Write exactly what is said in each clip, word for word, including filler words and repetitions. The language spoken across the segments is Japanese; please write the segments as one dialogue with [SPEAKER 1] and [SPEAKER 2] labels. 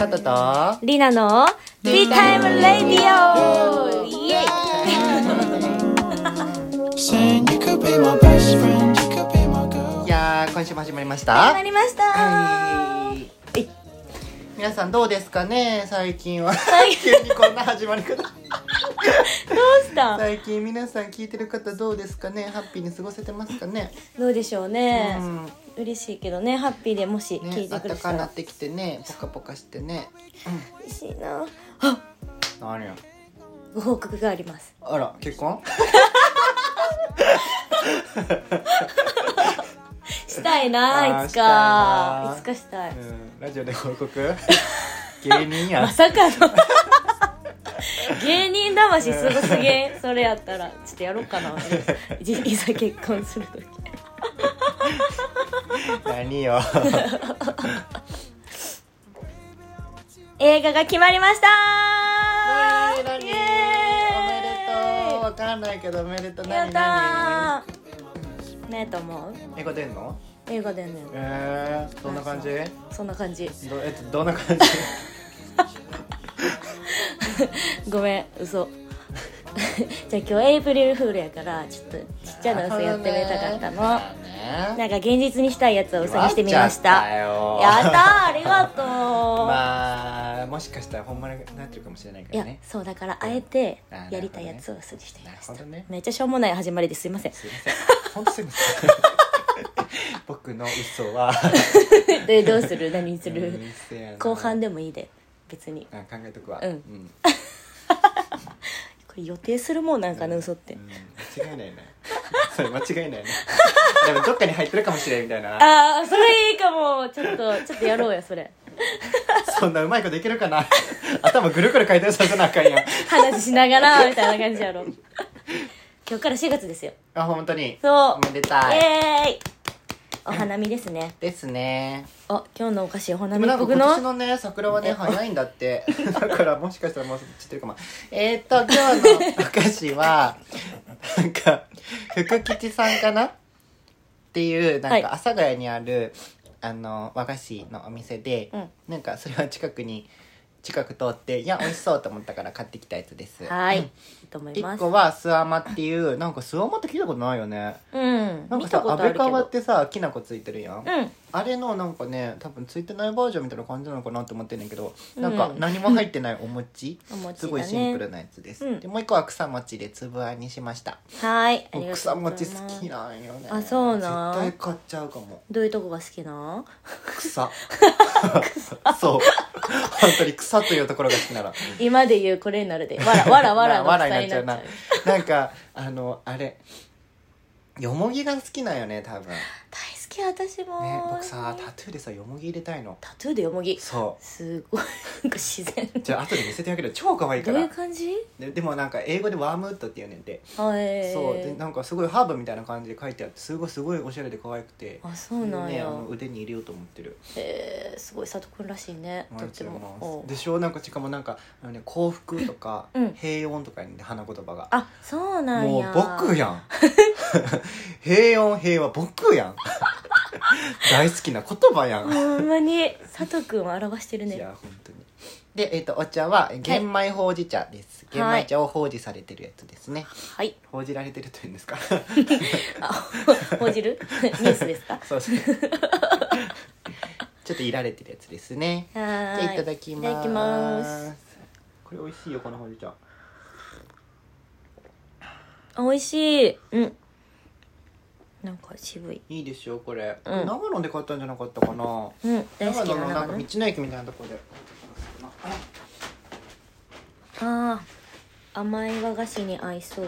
[SPEAKER 1] カトと
[SPEAKER 2] リナのティータイムレディオイエイ
[SPEAKER 1] いやー今週も始まりました
[SPEAKER 2] 始まりました
[SPEAKER 1] はい
[SPEAKER 2] えい
[SPEAKER 1] 皆さんどうですかね最近は
[SPEAKER 2] 最
[SPEAKER 1] 急にこんな始まり方
[SPEAKER 2] どうした
[SPEAKER 1] 最近皆さん聞いてる方どうですかねハッピーに過ごせてますかね
[SPEAKER 2] どうでしょうね、
[SPEAKER 1] うん
[SPEAKER 2] 嬉しいけどねハッピーでもし聞
[SPEAKER 1] ね
[SPEAKER 2] いてくれ
[SPEAKER 1] 暖か
[SPEAKER 2] たら、
[SPEAKER 1] なってきてねポカポカしてね、
[SPEAKER 2] 嬉しいなあ
[SPEAKER 1] うん、何や
[SPEAKER 2] ご報告があります
[SPEAKER 1] あら結婚
[SPEAKER 2] したいな
[SPEAKER 1] あー
[SPEAKER 2] いつか
[SPEAKER 1] したいない
[SPEAKER 2] つかしたい、
[SPEAKER 1] うん、ラジオで報告芸人や
[SPEAKER 2] まさかの芸人魂すごすぎんそれやったらちょっとやろうかないいざ結婚するとき
[SPEAKER 1] 何よ
[SPEAKER 2] 映画が決まりました
[SPEAKER 1] ー何
[SPEAKER 2] イエーイ
[SPEAKER 1] おめでとうわかんないけどおめでとう
[SPEAKER 2] やっ
[SPEAKER 1] 何何
[SPEAKER 2] たーねえと思う
[SPEAKER 1] 英語出んの
[SPEAKER 2] 映画でんねん
[SPEAKER 1] えー、どんな感じど
[SPEAKER 2] そんな感じ
[SPEAKER 1] えっとどんな感じ
[SPEAKER 2] ごめん嘘じゃあ今日エイプリルフールやからちょっとちっちゃな嘘やってみたかったの、
[SPEAKER 1] な
[SPEAKER 2] なんか現実にしたいやつを嘘にしてみました
[SPEAKER 1] やっちゃったよ
[SPEAKER 2] やったーありがとう、
[SPEAKER 1] まあもしかしたらほんまになってるかもしれないか
[SPEAKER 2] いや
[SPEAKER 1] らね
[SPEAKER 2] そうだからあえて
[SPEAKER 1] あ
[SPEAKER 2] やりたいやつを嘘にしてみました、
[SPEAKER 1] なるほどね
[SPEAKER 2] めっちゃしょうもない始まりですいません
[SPEAKER 1] すいませんほんとすいません僕の嘘は
[SPEAKER 2] でどうする何する
[SPEAKER 1] うんせやな
[SPEAKER 2] 後半でもいいで別に
[SPEAKER 1] あ考えとくわ
[SPEAKER 2] うん
[SPEAKER 1] うん
[SPEAKER 2] これ予定するもんなんかな嘘って
[SPEAKER 1] うん間違いないねそれ間違いないねでもどっかに入ってるかもしれんみたいな
[SPEAKER 2] ああそれいいかもちょっとちょっとやろうやそれ
[SPEAKER 1] そんなうまいこといけるかな頭ぐるぐる回転させなあかんやん
[SPEAKER 2] 話しながらみたいな感じやろ今日からしがつですよ
[SPEAKER 1] あ本当に
[SPEAKER 2] そう
[SPEAKER 1] おめでたい
[SPEAKER 2] イエーイお花見ですね
[SPEAKER 1] ですね
[SPEAKER 2] あ今日のお菓子お花
[SPEAKER 1] でもなんか
[SPEAKER 2] 見っぽくの
[SPEAKER 1] 今年のね桜はね
[SPEAKER 2] え
[SPEAKER 1] 早いんだってだからもしかしたらもう散ってるかもえー、っと今日のお菓子はなんか福吉さんかなっていうなん
[SPEAKER 2] はい
[SPEAKER 1] か阿佐ヶ谷にあるあの和菓子のお店で、
[SPEAKER 2] うん
[SPEAKER 1] なんかそれは近くに近く通っていや美味しそうと思ったから買ってきたやつです
[SPEAKER 2] はいいいと思います
[SPEAKER 1] 一個はスワマっていうなんかスワマって聞いたことないよね
[SPEAKER 2] うん
[SPEAKER 1] なんか
[SPEAKER 2] 見たことあ
[SPEAKER 1] さ安倍
[SPEAKER 2] るけど
[SPEAKER 1] 川ってさきな粉ついてるやん、
[SPEAKER 2] うん
[SPEAKER 1] あれのなんかね多分ついてないバージョンみたいな感じなのかなって思ってんねんけど、
[SPEAKER 2] うん
[SPEAKER 1] なんか何も入ってないお餅
[SPEAKER 2] お餅だね
[SPEAKER 1] すごいシンプルなやつです、
[SPEAKER 2] うん
[SPEAKER 1] でもう一個は草餅で粒あんにしました
[SPEAKER 2] はいありがとうございます
[SPEAKER 1] 草餅好きなんよね
[SPEAKER 2] あそうなん
[SPEAKER 1] 絶対買っちゃうかも
[SPEAKER 2] どういうとこが好きな
[SPEAKER 1] 草そう本当に草というところが好きなら
[SPEAKER 2] 今で言うこれになるでわらわらわらの
[SPEAKER 1] わら
[SPEAKER 2] 草
[SPEAKER 1] になっちゃう
[SPEAKER 2] になっちゃう
[SPEAKER 1] ななんかあのあれよもぎが好きなんよね多分
[SPEAKER 2] 大好き私も、
[SPEAKER 1] ね僕さタトゥーでさよもぎ入れたいの
[SPEAKER 2] タトゥーでよもぎ
[SPEAKER 1] そ
[SPEAKER 2] すごいなんか自然
[SPEAKER 1] うじゃあ後で見せてあげる超可愛いか
[SPEAKER 2] どう
[SPEAKER 1] ら
[SPEAKER 2] いう感じ
[SPEAKER 1] で, でもなんか英語でワームウッドって言うねんて、
[SPEAKER 2] あえー、
[SPEAKER 1] そうでなんかすごいハーブみたいな感じで書いてあってすごいすごいおしゃれで可愛くて
[SPEAKER 2] あそうなんや、
[SPEAKER 1] ね、あの腕に入れようと思ってる
[SPEAKER 2] えー、すごい佐藤くんらしいねとってもおう
[SPEAKER 1] でしょなんかしかもなんかあの、ね、幸福とか、
[SPEAKER 2] うん
[SPEAKER 1] 平穏とかに、ね、花言葉が
[SPEAKER 2] あそうなん
[SPEAKER 1] もう
[SPEAKER 2] や
[SPEAKER 1] 僕やん平穏平和僕やん大好きな言葉やん、
[SPEAKER 2] ほんまに佐藤くんを表してる
[SPEAKER 1] い
[SPEAKER 2] ね
[SPEAKER 1] や本当にで、えー、とお茶は玄米ほうじ茶です、
[SPEAKER 2] はい
[SPEAKER 1] 玄米茶をほうじされてるやつですね、
[SPEAKER 2] はい
[SPEAKER 1] ほうじられてるというんですか
[SPEAKER 2] あほうじるニュースですか
[SPEAKER 1] そうですねちょっといられてるやつですね
[SPEAKER 2] は
[SPEAKER 1] じゃ
[SPEAKER 2] ーい
[SPEAKER 1] あいただきます
[SPEAKER 2] いただきます
[SPEAKER 1] これ美味しいよこのほうじ茶
[SPEAKER 2] あ美味しいうんなんか渋い
[SPEAKER 1] いいでしょこれ、
[SPEAKER 2] うん
[SPEAKER 1] 長野で買ったんじゃなかったかな
[SPEAKER 2] うん大好き
[SPEAKER 1] 長野のな
[SPEAKER 2] な長野
[SPEAKER 1] んか道の駅みたいなとこで
[SPEAKER 2] あー甘い和菓子に合いそう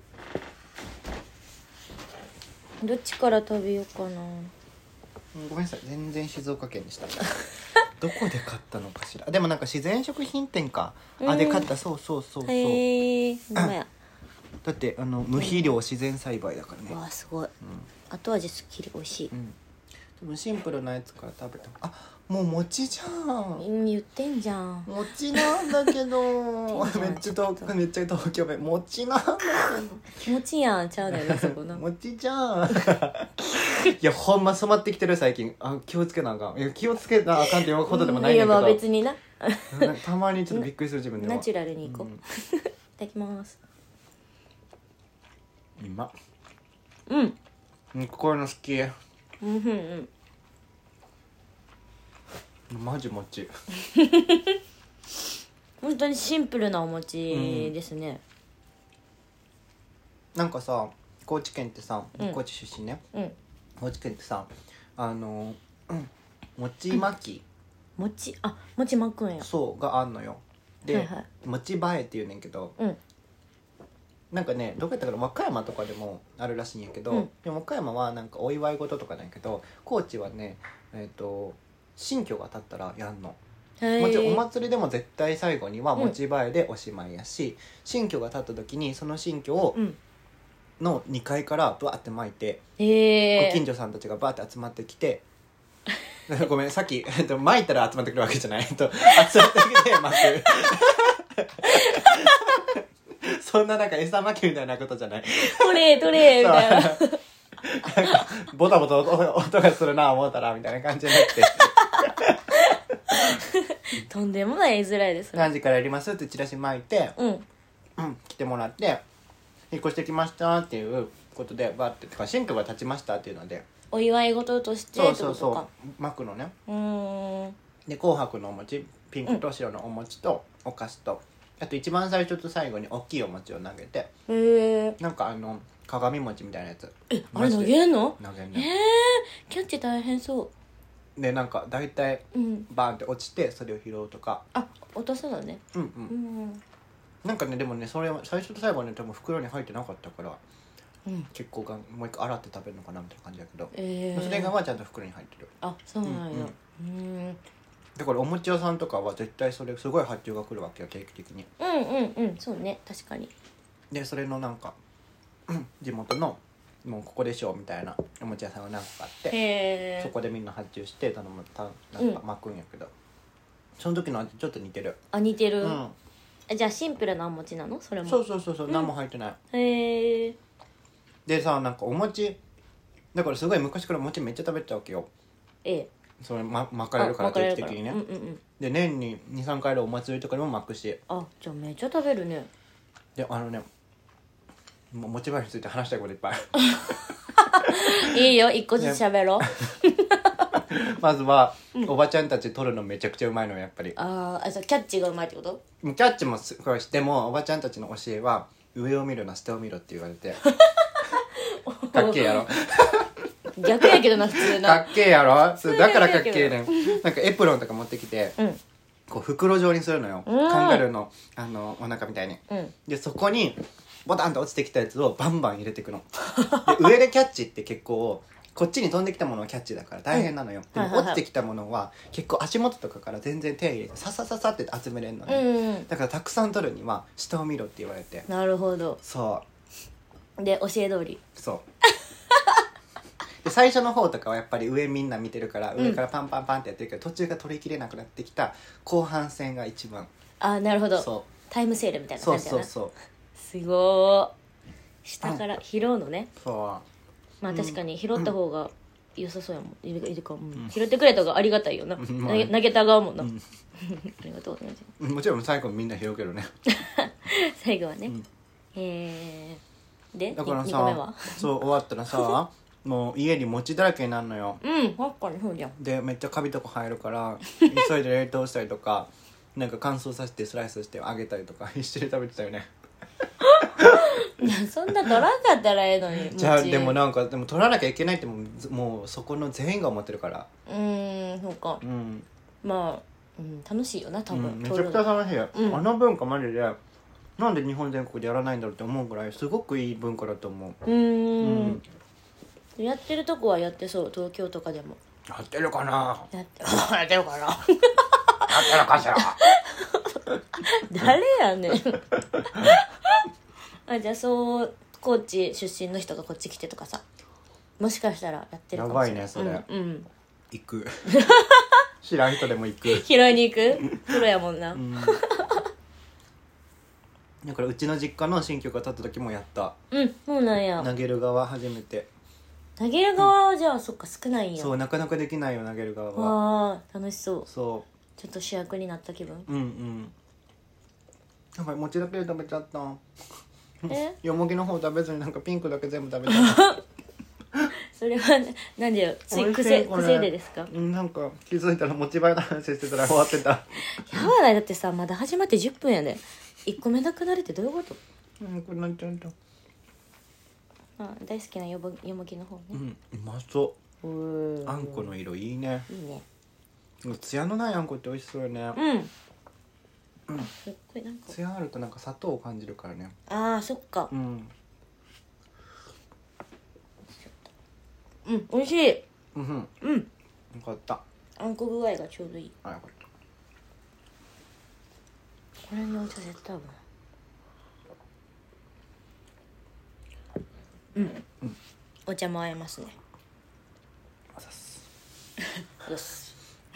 [SPEAKER 2] どっちから食べようかな
[SPEAKER 1] うんごめんなさい全然静岡県でしたどこで買ったのかしらでもなんか自然食品店かあで買ったそうそうそうそう
[SPEAKER 2] へえほんまや
[SPEAKER 1] だってあの無肥料自然栽培だからね
[SPEAKER 2] わあすごい
[SPEAKER 1] うん
[SPEAKER 2] 後味すっきり美味しい
[SPEAKER 1] うんでもシンプルなやつから食べたあもう餅じゃん
[SPEAKER 2] うん言ってんじゃん
[SPEAKER 1] 餅なんだけど
[SPEAKER 2] いいじゃん
[SPEAKER 1] めっちゃ東めっちゃ東京弁餅なんだ
[SPEAKER 2] 気持ちいいやんちゃうだよねそこ
[SPEAKER 1] けど
[SPEAKER 2] な
[SPEAKER 1] 餅じゃんいやほんま染まってきてる最近あ気をつけなあかんいや気をつけなあかんっていうことでもないん
[SPEAKER 2] いやま
[SPEAKER 1] だけど
[SPEAKER 2] あ別にな
[SPEAKER 1] なんかたまにちょっとびっくりする自分でも
[SPEAKER 2] ナチュラルにいこう、
[SPEAKER 1] うん
[SPEAKER 2] いただきます。
[SPEAKER 1] うまっ。
[SPEAKER 2] うん
[SPEAKER 1] うんこういうの好き。
[SPEAKER 2] うんうん
[SPEAKER 1] マジもち。
[SPEAKER 2] 本当にシンプルなお餅ですね。
[SPEAKER 1] なんかさ高知県ってさ、
[SPEAKER 2] うん
[SPEAKER 1] 高知出身ね、
[SPEAKER 2] うん
[SPEAKER 1] 高知県ってさあの、うん、餅巻き、
[SPEAKER 2] 餅あ餅巻くんや。
[SPEAKER 1] そうがあんのよ。で、
[SPEAKER 2] はいはい、
[SPEAKER 1] 餅映えって言うねんけど、
[SPEAKER 2] うん
[SPEAKER 1] なんかねどこやったかな和歌山とかでもあるらしいんやけど、
[SPEAKER 2] うん
[SPEAKER 1] でも和歌山はなんかお祝い事とかなんやけど、高知はねえっ、と新居が建ったらやんの。
[SPEAKER 2] へ
[SPEAKER 1] もちろんお
[SPEAKER 2] え。
[SPEAKER 1] 祭りでも絶対最後には餅映えでおしまいやし、新居が建った時にその新居を
[SPEAKER 2] うん
[SPEAKER 1] のにかいからバーって巻いて、
[SPEAKER 2] へえ。
[SPEAKER 1] ご近所さんたちがバーって集まってきてごめんさっき、えっと、巻いたら集まってくるわけじゃない、えっと、集まってきて巻くそんななんか餌巻きみたいなことじゃない。
[SPEAKER 2] トレートレーみたいな。
[SPEAKER 1] なんかボタボタ音音がするな思ったらみたいな感じになって
[SPEAKER 2] とんでもない絵面ですね。
[SPEAKER 1] 何時からやりますってチラシ巻いて、
[SPEAKER 2] うん
[SPEAKER 1] うん、来てもらって引っ越してきましたっていうことでバーっててか新居が建ちましたっていうので、
[SPEAKER 2] お祝い事として
[SPEAKER 1] そう
[SPEAKER 2] ってことか。
[SPEAKER 1] そうそう巻くのね。
[SPEAKER 2] うーん
[SPEAKER 1] で紅白のお餅、ピンクと白のお餅とお菓子と、あと一番最初と最後に大きいお餅を投げて、
[SPEAKER 2] へえ。
[SPEAKER 1] なんかあの鏡餅みたいなやつ
[SPEAKER 2] えあれ投げんの？
[SPEAKER 1] 投げん
[SPEAKER 2] へ
[SPEAKER 1] ね。
[SPEAKER 2] え。キャッチ大変そう。
[SPEAKER 1] でなんか大体
[SPEAKER 2] うん
[SPEAKER 1] バーンって落ちてそれを拾うとか、
[SPEAKER 2] あ落とすのね。
[SPEAKER 1] うんう
[SPEAKER 2] うんん
[SPEAKER 1] なんかねでもねそれは最初と最後はね多分袋に入ってなかったから
[SPEAKER 2] うん
[SPEAKER 1] 結構がもう一回洗って食べるのかなみたいな感じだけど、
[SPEAKER 2] えー、
[SPEAKER 1] それがはちゃんと袋に入ってる。
[SPEAKER 2] あそうなんや。うん
[SPEAKER 1] だからお餅屋さんとかは絶対それすごい発注が来るわけよ定期的に。
[SPEAKER 2] うんうんうんそうね確かに。
[SPEAKER 1] でそれのなんかうん地元のもうここでしょみたいなお餅屋さんが何個かあって、
[SPEAKER 2] へえ。
[SPEAKER 1] そこでみんな発注して頼むたなんか巻くんやけど、その時の味ちょっと似てる。
[SPEAKER 2] あ似てる、
[SPEAKER 1] うん
[SPEAKER 2] あじゃあシンプルなお餅なのそれも。
[SPEAKER 1] そうそうそうそう、何も入ってない。
[SPEAKER 2] へえ。
[SPEAKER 1] でさなんかお餅だからすごい昔からお餅めっちゃ食べてたわけよ。
[SPEAKER 2] ええ
[SPEAKER 1] それ、ま、巻かれるから
[SPEAKER 2] あ巻かれる
[SPEAKER 1] 定期的にね、
[SPEAKER 2] うんうんうん。
[SPEAKER 1] で年ににさんかいあるお祭りとかでも巻くし、
[SPEAKER 2] あじゃあめっちゃ食べるね。
[SPEAKER 1] であのねもう餅葉について話したいこといっぱい
[SPEAKER 2] いいよ一個ずつ喋ろう。
[SPEAKER 1] まずは、おばちゃんたち取るのめちゃくちゃうまいのよやっぱり。
[SPEAKER 2] あーあじゃあキャッチがうまいってこと？
[SPEAKER 1] キャッチもすごいしてもおばちゃんたちの教えは上を見るな下を見ろって言われてかっけえやろ
[SPEAKER 2] 逆やけどな普通
[SPEAKER 1] か
[SPEAKER 2] な。
[SPEAKER 1] っけえやろそうだからかっ
[SPEAKER 2] それ
[SPEAKER 1] けえねん。なんかエプロンとか持ってきて、
[SPEAKER 2] うん
[SPEAKER 1] こう袋状にするのよ、
[SPEAKER 2] うん
[SPEAKER 1] カンガルーのあのお腹みたいに。
[SPEAKER 2] うん
[SPEAKER 1] でそこにボタンと落ちてきたやつをバンバン入れていくので上でキャッチって結構こっちに飛んできたものはキャッチだから大変なのよ、
[SPEAKER 2] うんはいはいはい
[SPEAKER 1] でも落ちてきたものは結構足元とかから全然手入れてササササって集めれるの
[SPEAKER 2] う
[SPEAKER 1] ね、
[SPEAKER 2] んうん
[SPEAKER 1] だからたくさん取るには下を見ろって言われて、
[SPEAKER 2] なるほど。
[SPEAKER 1] そう
[SPEAKER 2] で教え通り。
[SPEAKER 1] そうで最初の方とかはやっぱり上みんな見てるから上からパンパンパンってやってるけど、途中が取りきれなくなってきた後半戦が一番。
[SPEAKER 2] あなるほど。
[SPEAKER 1] そ
[SPEAKER 2] タイムセールみたいうな
[SPEAKER 1] そう
[SPEAKER 2] 感じだな。
[SPEAKER 1] そうそう
[SPEAKER 2] すごー。下から拾うのね。
[SPEAKER 1] そ
[SPEAKER 2] まあ確かに拾った方が良さそうやもん。いるいるか、うん拾ってくれた方がありがたいよな。
[SPEAKER 1] ん
[SPEAKER 2] 投げ投げた側もな。
[SPEAKER 1] ん
[SPEAKER 2] ありがとうございます。
[SPEAKER 1] うもちろん最後みんな拾うけどね
[SPEAKER 2] 最後はね。
[SPEAKER 1] ん
[SPEAKER 2] へえ。で
[SPEAKER 1] だから
[SPEAKER 2] ににこめは
[SPEAKER 1] さそう終わったらさもう家に餅だらけになるのよ。
[SPEAKER 2] うん確かにそうじゃん。
[SPEAKER 1] でめっちゃカビとか入るから急いで冷凍したりとかなんか乾燥させてスライスして揚げたりとか一緒に食べてたよね。
[SPEAKER 2] いやそんな取らんかったらええのに。
[SPEAKER 1] じゃあ
[SPEAKER 2] 餅
[SPEAKER 1] でもなんかでも取らなきゃいけないってもうずもうそこの全員が思ってるから
[SPEAKER 2] うーんそうか。
[SPEAKER 1] うん、
[SPEAKER 2] まあ、うん、楽しいよな多分、
[SPEAKER 1] うん、めちゃくちゃ楽しいよ、
[SPEAKER 2] うん
[SPEAKER 1] あの文化マジでなんで日本全国でやらないんだろうって思うぐらいすごくいい文化だと思う。
[SPEAKER 2] うーん
[SPEAKER 1] うん
[SPEAKER 2] やってるとこはやってそう東京とかでも
[SPEAKER 1] やってるかな
[SPEAKER 2] やってやってるかな
[SPEAKER 1] やってるかしら
[SPEAKER 2] 誰やねんあじゃあそう高知出身の人がこっち来てとかさもしかしたらやってるかもしれない。
[SPEAKER 1] やばいねそれ
[SPEAKER 2] うん、うん、
[SPEAKER 1] 行く知らん人でも行く
[SPEAKER 2] 拾いに行くプロやもんな、
[SPEAKER 1] うんだからうちの実家の新居が建った時もやった
[SPEAKER 2] うんそうなんや。
[SPEAKER 1] 投げる側初めて。
[SPEAKER 2] 投げる側はじゃあそっか少ないんや。
[SPEAKER 1] そうなかなかできないよ投げる側は。
[SPEAKER 2] わあ楽しそう。
[SPEAKER 1] そ
[SPEAKER 2] ちょっと主役になった気分。
[SPEAKER 1] うんうん。やばい、餅だけで食べちゃった。
[SPEAKER 2] え
[SPEAKER 1] よもぎの方食べずになんかピンクだけ全部食べちゃった
[SPEAKER 2] それはなんでつい癖癖でですか？
[SPEAKER 1] なんか気づいたら持ち前の話してたら終わってた。
[SPEAKER 2] やばない、だってさまだ始まってじゅっぷんやで。いっこめなくなるってどういうこと？
[SPEAKER 1] うんこれなっちゃった。
[SPEAKER 2] あ、大好きなよもよもぎの方ね。
[SPEAKER 1] うん、うまそう。
[SPEAKER 2] う
[SPEAKER 1] あんこの色いいね。
[SPEAKER 2] いいね。
[SPEAKER 1] ツヤのないあんこって美味しそうよね。
[SPEAKER 2] うん、
[SPEAKER 1] うん、
[SPEAKER 2] すっごいなんか
[SPEAKER 1] ツヤあるとなんか砂糖を感じるからね。
[SPEAKER 2] あーそっか。
[SPEAKER 1] うん
[SPEAKER 2] うん、美味しい。
[SPEAKER 1] うん
[SPEAKER 2] うん、
[SPEAKER 1] よかった。
[SPEAKER 2] あんこ具合がちょうどいい。
[SPEAKER 1] あ、よかった。
[SPEAKER 2] これにお茶絶対合うな。うん、うん、お茶も合いますね。
[SPEAKER 1] あざっす
[SPEAKER 2] よし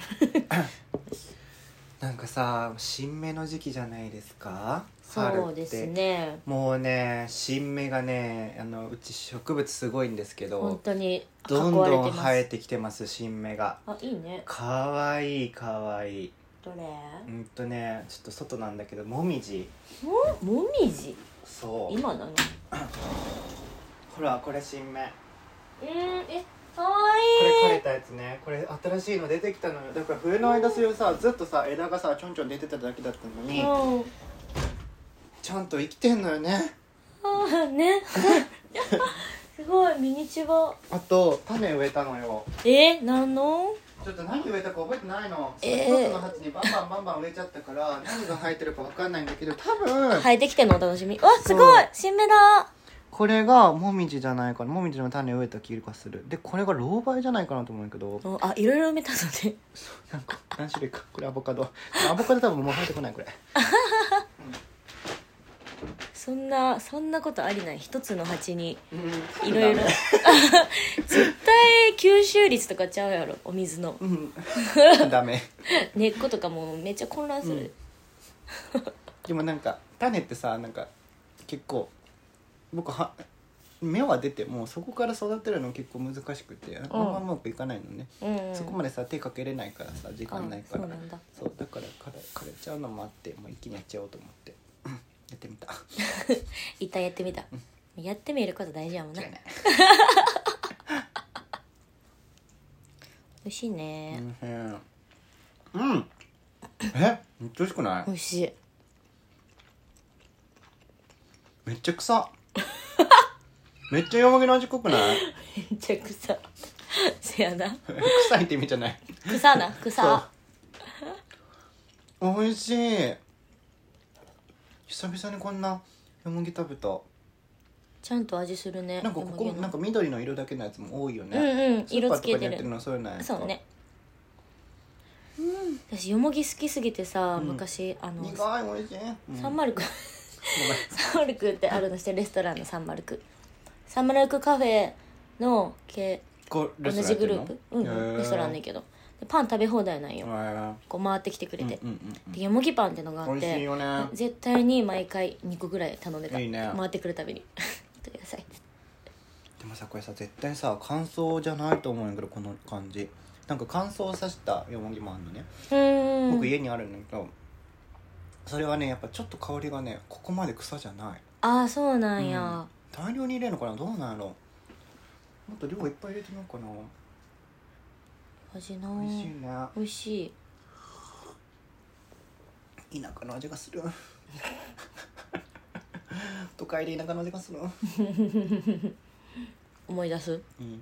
[SPEAKER 1] なんかさ、新芽の時期じゃないですか。
[SPEAKER 2] そうですね。
[SPEAKER 1] もうね、新芽がね、あのうち植物すごいんですけど、
[SPEAKER 2] 本当に
[SPEAKER 1] どんどん生えてきてます。新芽が。
[SPEAKER 2] あ、いいね。
[SPEAKER 1] かわいいかわいい。
[SPEAKER 2] どれ？
[SPEAKER 1] うんとね、ちょっと外なんだけど、もみじ。
[SPEAKER 2] ももみじ。
[SPEAKER 1] そう。
[SPEAKER 2] 今なの？
[SPEAKER 1] ほら、これ新芽。
[SPEAKER 2] うん、え、かわいい。
[SPEAKER 1] これ枯れたやつね。これ新しいの出てきたのよ。だから冬の間それをさ、ずっとさ枝がさちょんちょん出てただけだったのに、
[SPEAKER 2] うん、
[SPEAKER 1] ちゃんと生きてんのよね。
[SPEAKER 2] ああねすごいミニチュア。
[SPEAKER 1] あと種植えたのよ。
[SPEAKER 2] え、なんの？
[SPEAKER 1] ちょっと何植えたか覚えてないの。
[SPEAKER 2] えー、
[SPEAKER 1] 一つの鉢にバンバンバンバン植えちゃったから何が生えてるか分かんないんだけど、多分
[SPEAKER 2] 生えてきてんのお楽しみ。わ、すごい新芽だ。
[SPEAKER 1] これがもみじじゃないかな。もみじの種植えた気がする。でこれがロウバイじゃないかなと思うんだけど、
[SPEAKER 2] あ、いろいろ埋めたのね。
[SPEAKER 1] なんか何種類か。これアボカド。アボカド多分もう生えてこないこれ
[SPEAKER 2] そんなそんなことありない。一つの鉢に
[SPEAKER 1] うん
[SPEAKER 2] いろいろ絶対吸収率とかちゃうやろ、お水の。
[SPEAKER 1] うんダメ
[SPEAKER 2] 根っことかもめっちゃ混乱する、
[SPEAKER 1] うん、でもなんか種ってさ、なんか結構僕は芽は出てもそこから育てるの結構難しくて、あんまうまくいかないのね、
[SPEAKER 2] うんうん、
[SPEAKER 1] そこまでさ手かけれないからさ、時間ないから。
[SPEAKER 2] そうなんだ。
[SPEAKER 1] そうだから枯れ枯れちゃうのもあって、もう一気にやっちゃおうと思ってやってみた
[SPEAKER 2] 一旦やってみた、うん、やってみること大事やもんな。
[SPEAKER 1] 違うね
[SPEAKER 2] 美味しいね。
[SPEAKER 1] うん、うん、え、めっちゃ美味しくない？
[SPEAKER 2] 美味しい。
[SPEAKER 1] めっちゃ臭めっちゃよもぎの味濃くない？
[SPEAKER 2] めっちゃ臭せやな
[SPEAKER 1] 臭いって意味じゃない。
[SPEAKER 2] 臭な臭
[SPEAKER 1] 美味しい。久々にこんなよもぎ食べた。
[SPEAKER 2] ちゃんと味するね。
[SPEAKER 1] なんかここなんか緑の色だけのやつも多いよね。
[SPEAKER 2] うんうん、色つけて
[SPEAKER 1] スーパーとかにやってる
[SPEAKER 2] る。
[SPEAKER 1] のはそういうのやつか。
[SPEAKER 2] そうね。私よもぎ好きすぎてさ、
[SPEAKER 1] うん
[SPEAKER 2] 昔あの
[SPEAKER 1] 苦い美味しい、うん、
[SPEAKER 2] サンマルクサンマルクってあるのして、レストランのサンマルクサンマルクカフェの系同じグループ、うん、レストランだけどでパン食べ放題なんよ、こう回ってきてくれて、
[SPEAKER 1] うんうんうん、で
[SPEAKER 2] よもぎパンってのがあって
[SPEAKER 1] 美味しいよ、ね、
[SPEAKER 2] 絶対に毎回にこぐらい頼んでた。
[SPEAKER 1] いいね、
[SPEAKER 2] 回ってくるたびに取ってください。
[SPEAKER 1] でもさこれさ絶対さ乾燥じゃないと思うんやけど、この感じなんか乾燥させたよもぎもあるのね。
[SPEAKER 2] うーん、僕
[SPEAKER 1] 家にあるんだけど、それはねやっぱちょっと香りがねここまで草じゃない。
[SPEAKER 2] ああそうなんや、うん、
[SPEAKER 1] 大量に入れるのかな、どうなんやろ。もっと量いっぱい入れてみようかな。
[SPEAKER 2] 味な
[SPEAKER 1] 美味しいね。
[SPEAKER 2] 美味し
[SPEAKER 1] い。田舎の味がする都会で田舎の味がする
[SPEAKER 2] 思い出す、
[SPEAKER 1] うん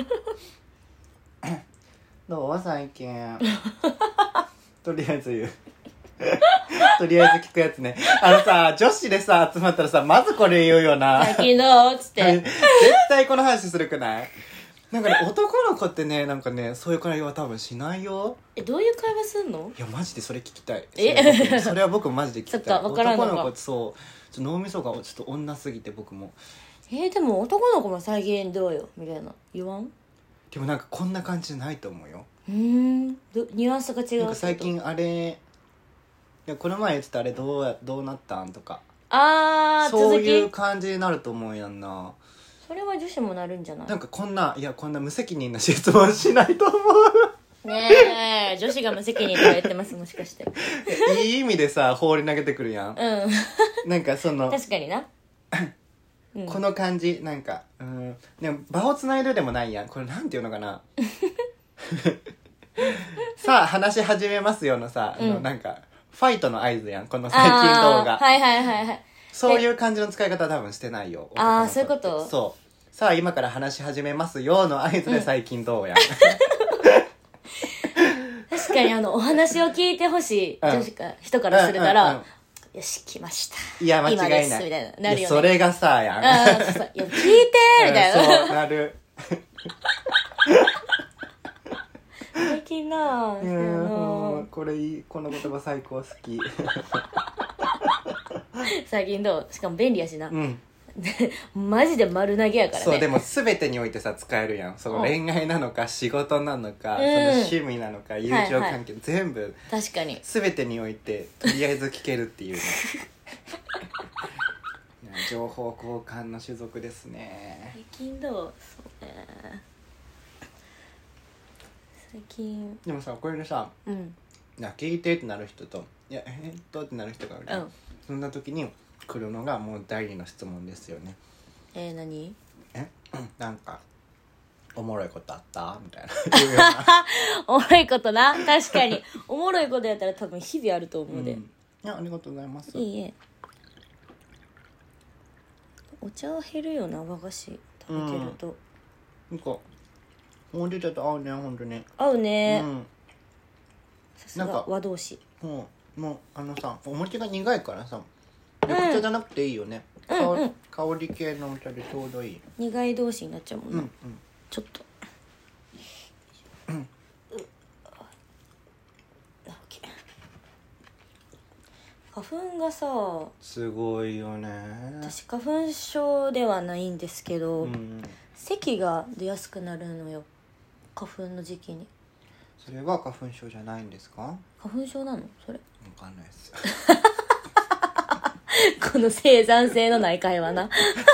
[SPEAKER 1] どう最近とりあえず言うとりあえず聞くやつね。あのさ女子でさ集まったらさまずこれ言うよな。
[SPEAKER 2] 最近どうっつって
[SPEAKER 1] 絶対この話するくない？なんかね男の子ってねなんかねそういう会話は多分しないよ。
[SPEAKER 2] えどういう会話すんの？
[SPEAKER 1] いやマジでそれ聞きたい。
[SPEAKER 2] え
[SPEAKER 1] それは僕マジで聞きたい。
[SPEAKER 2] そっか分からんのか。
[SPEAKER 1] 男の子ってそうちょっと脳みそがちょっと女すぎて僕も。
[SPEAKER 2] えー、でも男の子も最近どうよみたいな言わん？
[SPEAKER 1] でもなんかこんな感じじゃないと思うよ。
[SPEAKER 2] うーんニュアンスが違う。
[SPEAKER 1] なんか最近あれいやこの前言ってたあれどうやどうなったんとか
[SPEAKER 2] あー
[SPEAKER 1] そういう感じになると思うやんな。
[SPEAKER 2] それは女子もなるんじゃない？
[SPEAKER 1] なんかこんないやこんな無責任な質問しないと思う
[SPEAKER 2] ねえ女子が無責任とか言ってます。もしかして
[SPEAKER 1] いい意味でさ放り投げてくるやん。
[SPEAKER 2] うん
[SPEAKER 1] なんかその
[SPEAKER 2] 確かにな
[SPEAKER 1] うん、この感じなんかうんでも場をつないででもないやん。これなんていうのかなさあ話し始めますよのさ、うん、あのなんかファイトの合図やんこの最近動画。
[SPEAKER 2] はいはいはいはい。
[SPEAKER 1] そういう感じの使い方多分してないよ。
[SPEAKER 2] ああそういうこと。
[SPEAKER 1] そうさあ今から話し始めますよの合図で最近どうやん、うん、
[SPEAKER 2] 確かにあのお話を聞いてほしい女子か、うん、人からするなら、うんうんうんよし来ました
[SPEAKER 1] いや間違いない
[SPEAKER 2] 今ですみたいななるよね。
[SPEAKER 1] それがさやん
[SPEAKER 2] あそうそういや聞いてみたいな、
[SPEAKER 1] うん、そうなる
[SPEAKER 2] 最近な
[SPEAKER 1] うんこれいいこの言葉最高好き
[SPEAKER 2] 最近どうしかも便利やしな、
[SPEAKER 1] うん、
[SPEAKER 2] マジで丸投げやからね。
[SPEAKER 1] そうでも全てにおいてさ使えるやん。その恋愛なのか仕事なのか、うん、その趣味なのか友情関係、はいはい、全部
[SPEAKER 2] 確かに
[SPEAKER 1] 全てにおいてとりあえず聞けるっていうね情報交換の種族ですね。
[SPEAKER 2] 最近どうそうね最近
[SPEAKER 1] でもさこれでさ、うん、な聞いてってなる人といやえー、っとってなる人がいる、うん、そんな時に来るのがもう第二の質問ですよね。
[SPEAKER 2] えー、何
[SPEAKER 1] えなんかおもろいことあったみたいな
[SPEAKER 2] おもろいことな確かにおもろいことやったら多分日々あると思うで、うん、い
[SPEAKER 1] やありがとうございます。
[SPEAKER 2] いいえお茶は減るよな和菓子食べてると、
[SPEAKER 1] うん、なんかもう出ちゃった合うね本当に
[SPEAKER 2] 合うね、さすが和同士。
[SPEAKER 1] もうもうあのさお餅が苦いからさ緑茶じゃなくていいよね、うん香、うん、香り系のお茶でちょうどいい。
[SPEAKER 2] 苦い同士になっちゃうもんな、うんうん、ちょっと、うん、花粉がさ
[SPEAKER 1] すごいよね。
[SPEAKER 2] 私花粉症ではないんですけど、うん、咳が出やすくなるのよ花粉の時期に。
[SPEAKER 1] それは花粉症じゃないんですか？
[SPEAKER 2] 花粉症なのそれ？
[SPEAKER 1] 分かんないです
[SPEAKER 2] この生産性のない会話な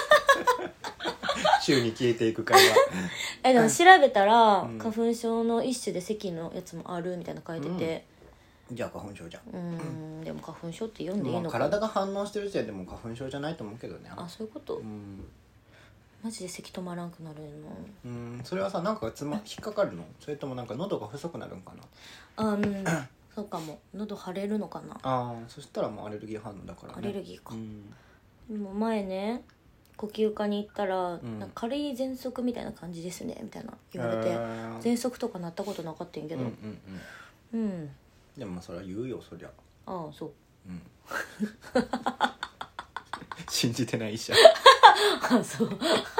[SPEAKER 1] 週に消えていく会話
[SPEAKER 2] えでも調べたら、うん、花粉症の一種で咳のやつもあるみたいな書いてて、
[SPEAKER 1] うん、じゃあ花粉症じゃん。
[SPEAKER 2] うんでも花粉症って読んでいいのか。
[SPEAKER 1] 体が反応してる時点でも花粉症じゃないと思うけどね。
[SPEAKER 2] あそういうこと、うん、マジで咳止まらんくなるの。
[SPEAKER 1] うんそれはさなんかつま引っかかるの？それともなんか喉が細くなるんかな。
[SPEAKER 2] あうんそうかも喉腫れるのかな。
[SPEAKER 1] あそしたらもうアレルギー反応だからね。
[SPEAKER 2] アレルギーか、うん、でも前ね呼吸科に行ったら、うん、なんか軽い喘息みたいな感じですねみたいな言われて、喘息とかなったことなかったんやけど、うんうんうん、うん、
[SPEAKER 1] でもそれは言うよそりゃ。
[SPEAKER 2] ああそう、うん、
[SPEAKER 1] 信じてないじゃ
[SPEAKER 2] んあそう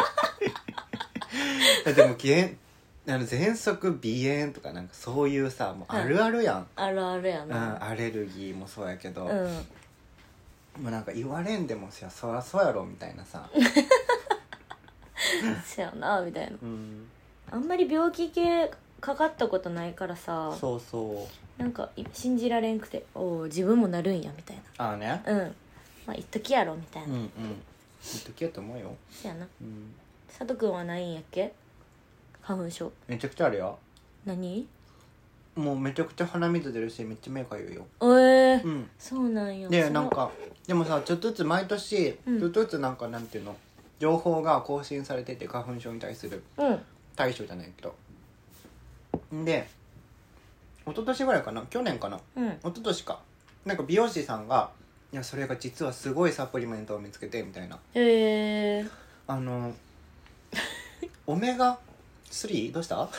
[SPEAKER 1] でもあの喘息鼻炎とかなんかそういうさもうあるあるやん、はい、
[SPEAKER 2] あるあるやな、
[SPEAKER 1] うん、アレルギーもそうやけど、うん、もうなんか言われんでもさそらそうやろみたいなさ
[SPEAKER 2] そやなみたいな、うん、あんまり病気系かかったことないからさ
[SPEAKER 1] そうそう
[SPEAKER 2] なんか信じられんくてお自分もなるんやみたいな。
[SPEAKER 1] ああね
[SPEAKER 2] うんまあ一時やろみたいな。うんうん
[SPEAKER 1] 一時やと思うよ。
[SPEAKER 2] そやな、うん、佐藤くんはないんやっけ花粉症。
[SPEAKER 1] めちゃくちゃあるよ。
[SPEAKER 2] 何
[SPEAKER 1] もうめちゃくちゃ鼻水出るしめっちゃ目かゆいよ。
[SPEAKER 2] えー、うん、そうなんや。
[SPEAKER 1] でなんかでもさちょっとずつ毎年、うん、ちょっとずつなんかなんていうの情報が更新されてて花粉症に対する対処じゃないけど、うん、で一昨年ぐらいかな去年かな、うん、一昨年かなんか美容師さんがいやそれが実はすごいサプリメントを見つけてみたいな。
[SPEAKER 2] へえー、
[SPEAKER 1] あのオメガスリーどうした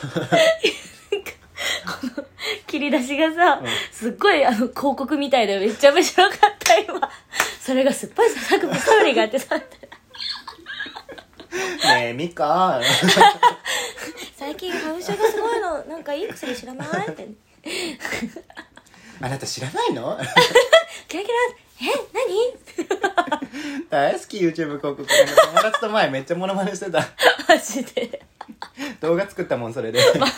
[SPEAKER 2] 切り出しがさ、うん、すっごいあの広告みたいでめっちゃ面白かった今それが酸っぱいサプリがあってさね
[SPEAKER 1] えミカ
[SPEAKER 2] 最近花粉症がすごいのなんかいい薬知らないって
[SPEAKER 1] あなた知らないの
[SPEAKER 2] キラキラえ
[SPEAKER 1] 何大好き YouTube 広告。友達と前めっちゃモノマネしてた
[SPEAKER 2] マジで
[SPEAKER 1] 動画作ったもんそれで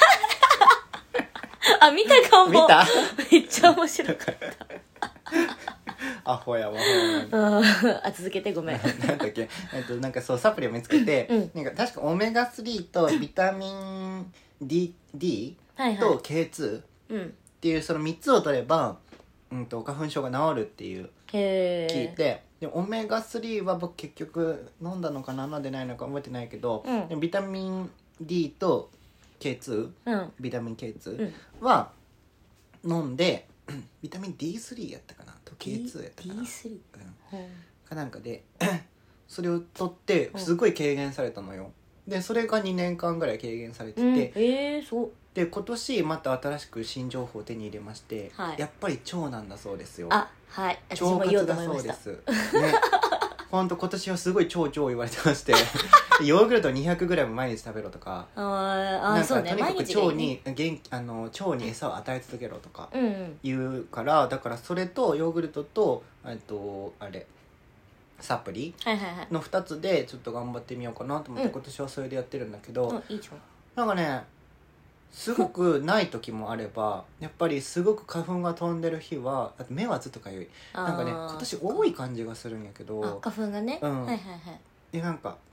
[SPEAKER 2] あ見たかも。
[SPEAKER 1] 見た
[SPEAKER 2] めっちゃ面白かった
[SPEAKER 1] アホやわ
[SPEAKER 2] あ続けてごめん
[SPEAKER 1] なんだっけ、えっと、なんかそうサプリを見つけて、うん、なんか確かオメガスリーとビタミン D, D と ケーツーっていうそのみっつを取れば、うんと、花粉症が治るっていう聞いて、でオメガスリーは僕結局飲んだのかな飲んでないのか覚えてないけど、うん、でビタミン D と ケーツー、うん、ビタミン ケーツー は飲んで、うん、ビタミン ディースリー やったかなと ケーツー やったかな ディースリー、うん、かなんかでそれを取ってすごい軽減されたのよ。でそれがにねんかんぐらい軽減されてて、うん、
[SPEAKER 2] えー、そう
[SPEAKER 1] で今年また新しく新情報を手に入れまして、はい、やっぱり腸なんだそうですよ。
[SPEAKER 2] あ、はい、私も言おうと思いました。
[SPEAKER 1] 腸活だそうですね。ほんと今年はすごい腸腸言われてましてヨーグルト にひゃくグラム 毎日食べろとか、
[SPEAKER 2] ああ、なんか
[SPEAKER 1] とにかく腸に、ね、元あの腸に餌を与え続けろとか言うから、うんうん、だからそれとヨーグルトとえっとあれサプリのふたつでちょっと頑張ってみようかなと思って、うん、今年はそれでやってるんだけど、
[SPEAKER 2] うん、いいじゃん。
[SPEAKER 1] なんかねすごくない時もあればやっぱりすごく花粉が飛んでる日は目はずっとかゆい、なんかね今年多い感じがするんやけど、
[SPEAKER 2] あ花粉がね、うん、はいはいはい。
[SPEAKER 1] でなんか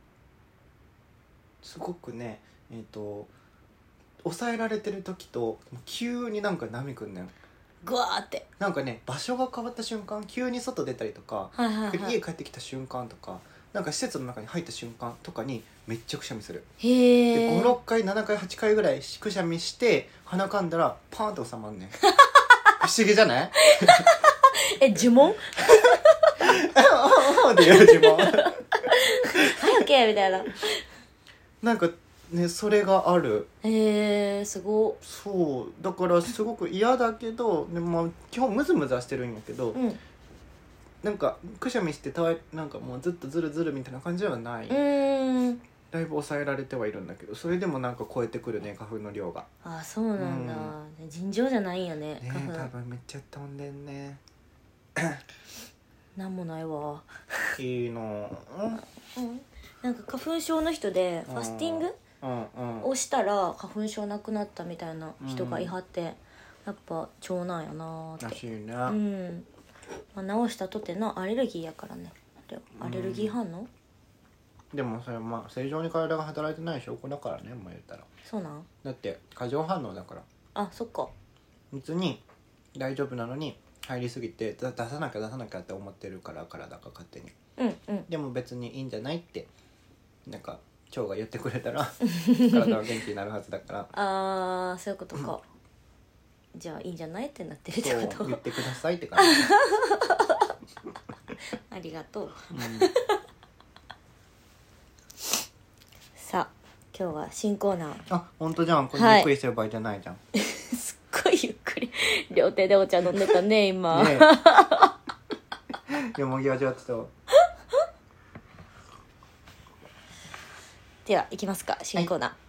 [SPEAKER 1] すごくねえっ、ー、と抑えられてる時と急になんか波くんねん、
[SPEAKER 2] グワーって。
[SPEAKER 1] なんかね場所が変わった瞬間、急に外出たりとか、はいはいはい、家帰ってきた瞬間とか、なんか施設の中に入った瞬間とかにめっちゃくしゃみする。
[SPEAKER 2] へ
[SPEAKER 1] でご、ろっかいななかいはちかいぐらいくしゃみして鼻かんだらパーンと収まんねん不思議じゃない
[SPEAKER 2] え呪文
[SPEAKER 1] ああって言う呪文
[SPEAKER 2] 早けみたいな。
[SPEAKER 1] なんかねそれがある。
[SPEAKER 2] へえすご。
[SPEAKER 1] そうだからすごく嫌だけどでも、まあ、基本ムズムズはしてるんやけど、うん、なんかくしゃみしてたわなんかもうずっとズルズルみたいな感じではない。
[SPEAKER 2] うーん
[SPEAKER 1] だいぶ抑えられてはいるんだけど、それでもなんか超えてくるね花粉の量が。
[SPEAKER 2] あそうなんだ、うん、尋常じゃないんやね。
[SPEAKER 1] ね花粉多分めっちゃ飛んでんね
[SPEAKER 2] なんもないわ
[SPEAKER 1] いいの、
[SPEAKER 2] うん、なんか花粉症の人でファスティング、うんうん、をしたら花粉症なくなったみたいな人がいはって、うん、やっぱ腸なんやなーってらしいね、うんまあ、治したとてのアレルギーやからね。アレルギー反応、うん
[SPEAKER 1] でもそれまあ正常に体が働いてない証拠だからね、もう言ったら。
[SPEAKER 2] そうなん
[SPEAKER 1] だって過剰反応だから。
[SPEAKER 2] あそっか。
[SPEAKER 1] 別に大丈夫なのに入りすぎて出さなきゃ出さなきゃって思ってるから体が勝手に、
[SPEAKER 2] うんうん、
[SPEAKER 1] でも別にいいんじゃないってなんか腸が言ってくれたら体は元気になるはずだから
[SPEAKER 2] あーそういうことか、うん、じゃあいいんじゃないってなってるってこと。
[SPEAKER 1] そう言ってくださいって感じ
[SPEAKER 2] ありがとう、うんさあ今日は新コーナー。
[SPEAKER 1] あ本当じゃん、これゆっくりしてる場合じゃないじゃん、は
[SPEAKER 2] い、すっごいゆっくり両手でお茶飲んでたね今ね
[SPEAKER 1] えよもぎ味わってた。
[SPEAKER 2] では行きますか新コーナー、はい、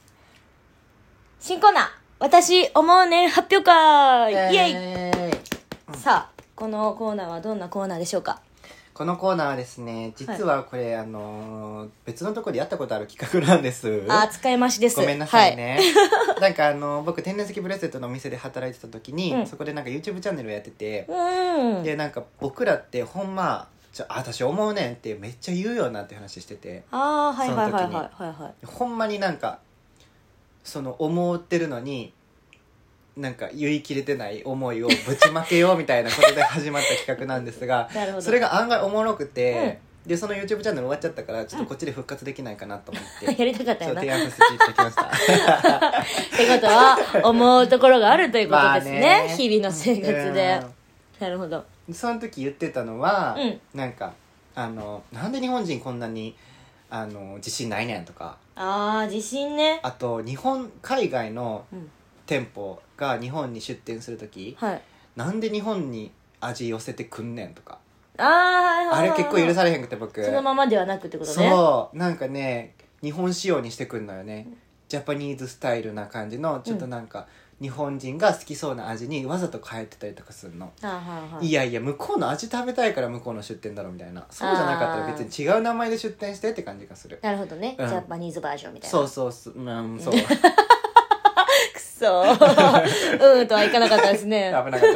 [SPEAKER 2] 新コーナー私思うねん発表会、えー、イエイ、うん、さあこのコーナーはどんなコーナーでしょうか。
[SPEAKER 1] このコーナーはですね実はこれ、はい、あのー、別のところでやったことある企画なんです。
[SPEAKER 2] あ使い回しです。
[SPEAKER 1] ごめんなさいね、はい、なんかあの僕天然石ブレスレットのお店で働いてた時に、うん、そこでなんか YouTube チャンネルをやってて、うん、でなんか僕らってほんまちょ私思うねんってめっちゃ言うよなって話してて、
[SPEAKER 2] あはいはいはいはいはいはい、
[SPEAKER 1] ほんまになんかその思ってるのになんか言い切れてない思いをぶちまけようみたいなことで始まった企画なんですがそれが案外おもろくて、うん、でその YouTube チャンネル終わっちゃったからちょっとこっちで復活できないかなと思って、うん、
[SPEAKER 2] やりたかったよな
[SPEAKER 1] 提案させていただきました
[SPEAKER 2] ってことは思うところがあるということですね、まあ、ね日々の生活で、うん、なるほど。
[SPEAKER 1] その時言ってたのは、うん、なんかあのなんで日本人こんなにあの自信ないねんとか、
[SPEAKER 2] あー自信ね。
[SPEAKER 1] あと日本海外の、うん店舗が日本に出店するとき、はい、なんで日本に味寄せてくんねんとか、
[SPEAKER 2] あー、はいはいはい、
[SPEAKER 1] あれ結構許されへんくて僕
[SPEAKER 2] そのままではなくってことね。
[SPEAKER 1] そうなんかね日本仕様にしてくんのよね、うん、ジャパニーズスタイルな感じのちょっとなんか、うん、日本人が好きそうな味にわざと変えてたりとかするの、
[SPEAKER 2] あ、はいはい、
[SPEAKER 1] いやいや向こうの味食べたいから向こうの出店だろみたいな、そうじゃなかったら別に違う名前で出店してって感じがする。
[SPEAKER 2] なるほどね、うん、ジャパニーズバージョンみたいな。
[SPEAKER 1] そうそうそう、うん、そう
[SPEAKER 2] そううんとはいかなかったですね
[SPEAKER 1] 危なか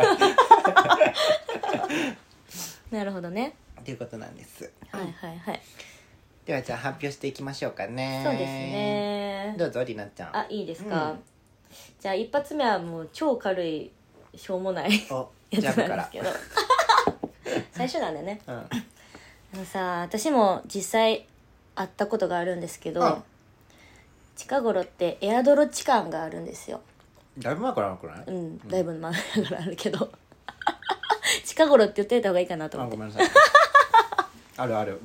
[SPEAKER 1] った
[SPEAKER 2] なるほどね
[SPEAKER 1] ということなんです。
[SPEAKER 2] はいはいはい。
[SPEAKER 1] ではじゃあ発表していきましょうかね。
[SPEAKER 2] そうですね。
[SPEAKER 1] どうぞりなちゃん。
[SPEAKER 2] あいいですか、 じゃあ一発目はもう超軽いしょうもないやつなんですけど最初なんでね、うん、あのさ私も実際会ったことがあるんですけど、うん、近頃ってエアドロ痴漢があるんですよ。
[SPEAKER 1] だいぶ前からあるくらい？
[SPEAKER 2] うんだいぶ前からあるけど近頃って言ってた方がいいかなと思って。
[SPEAKER 1] あごめんなさいあるある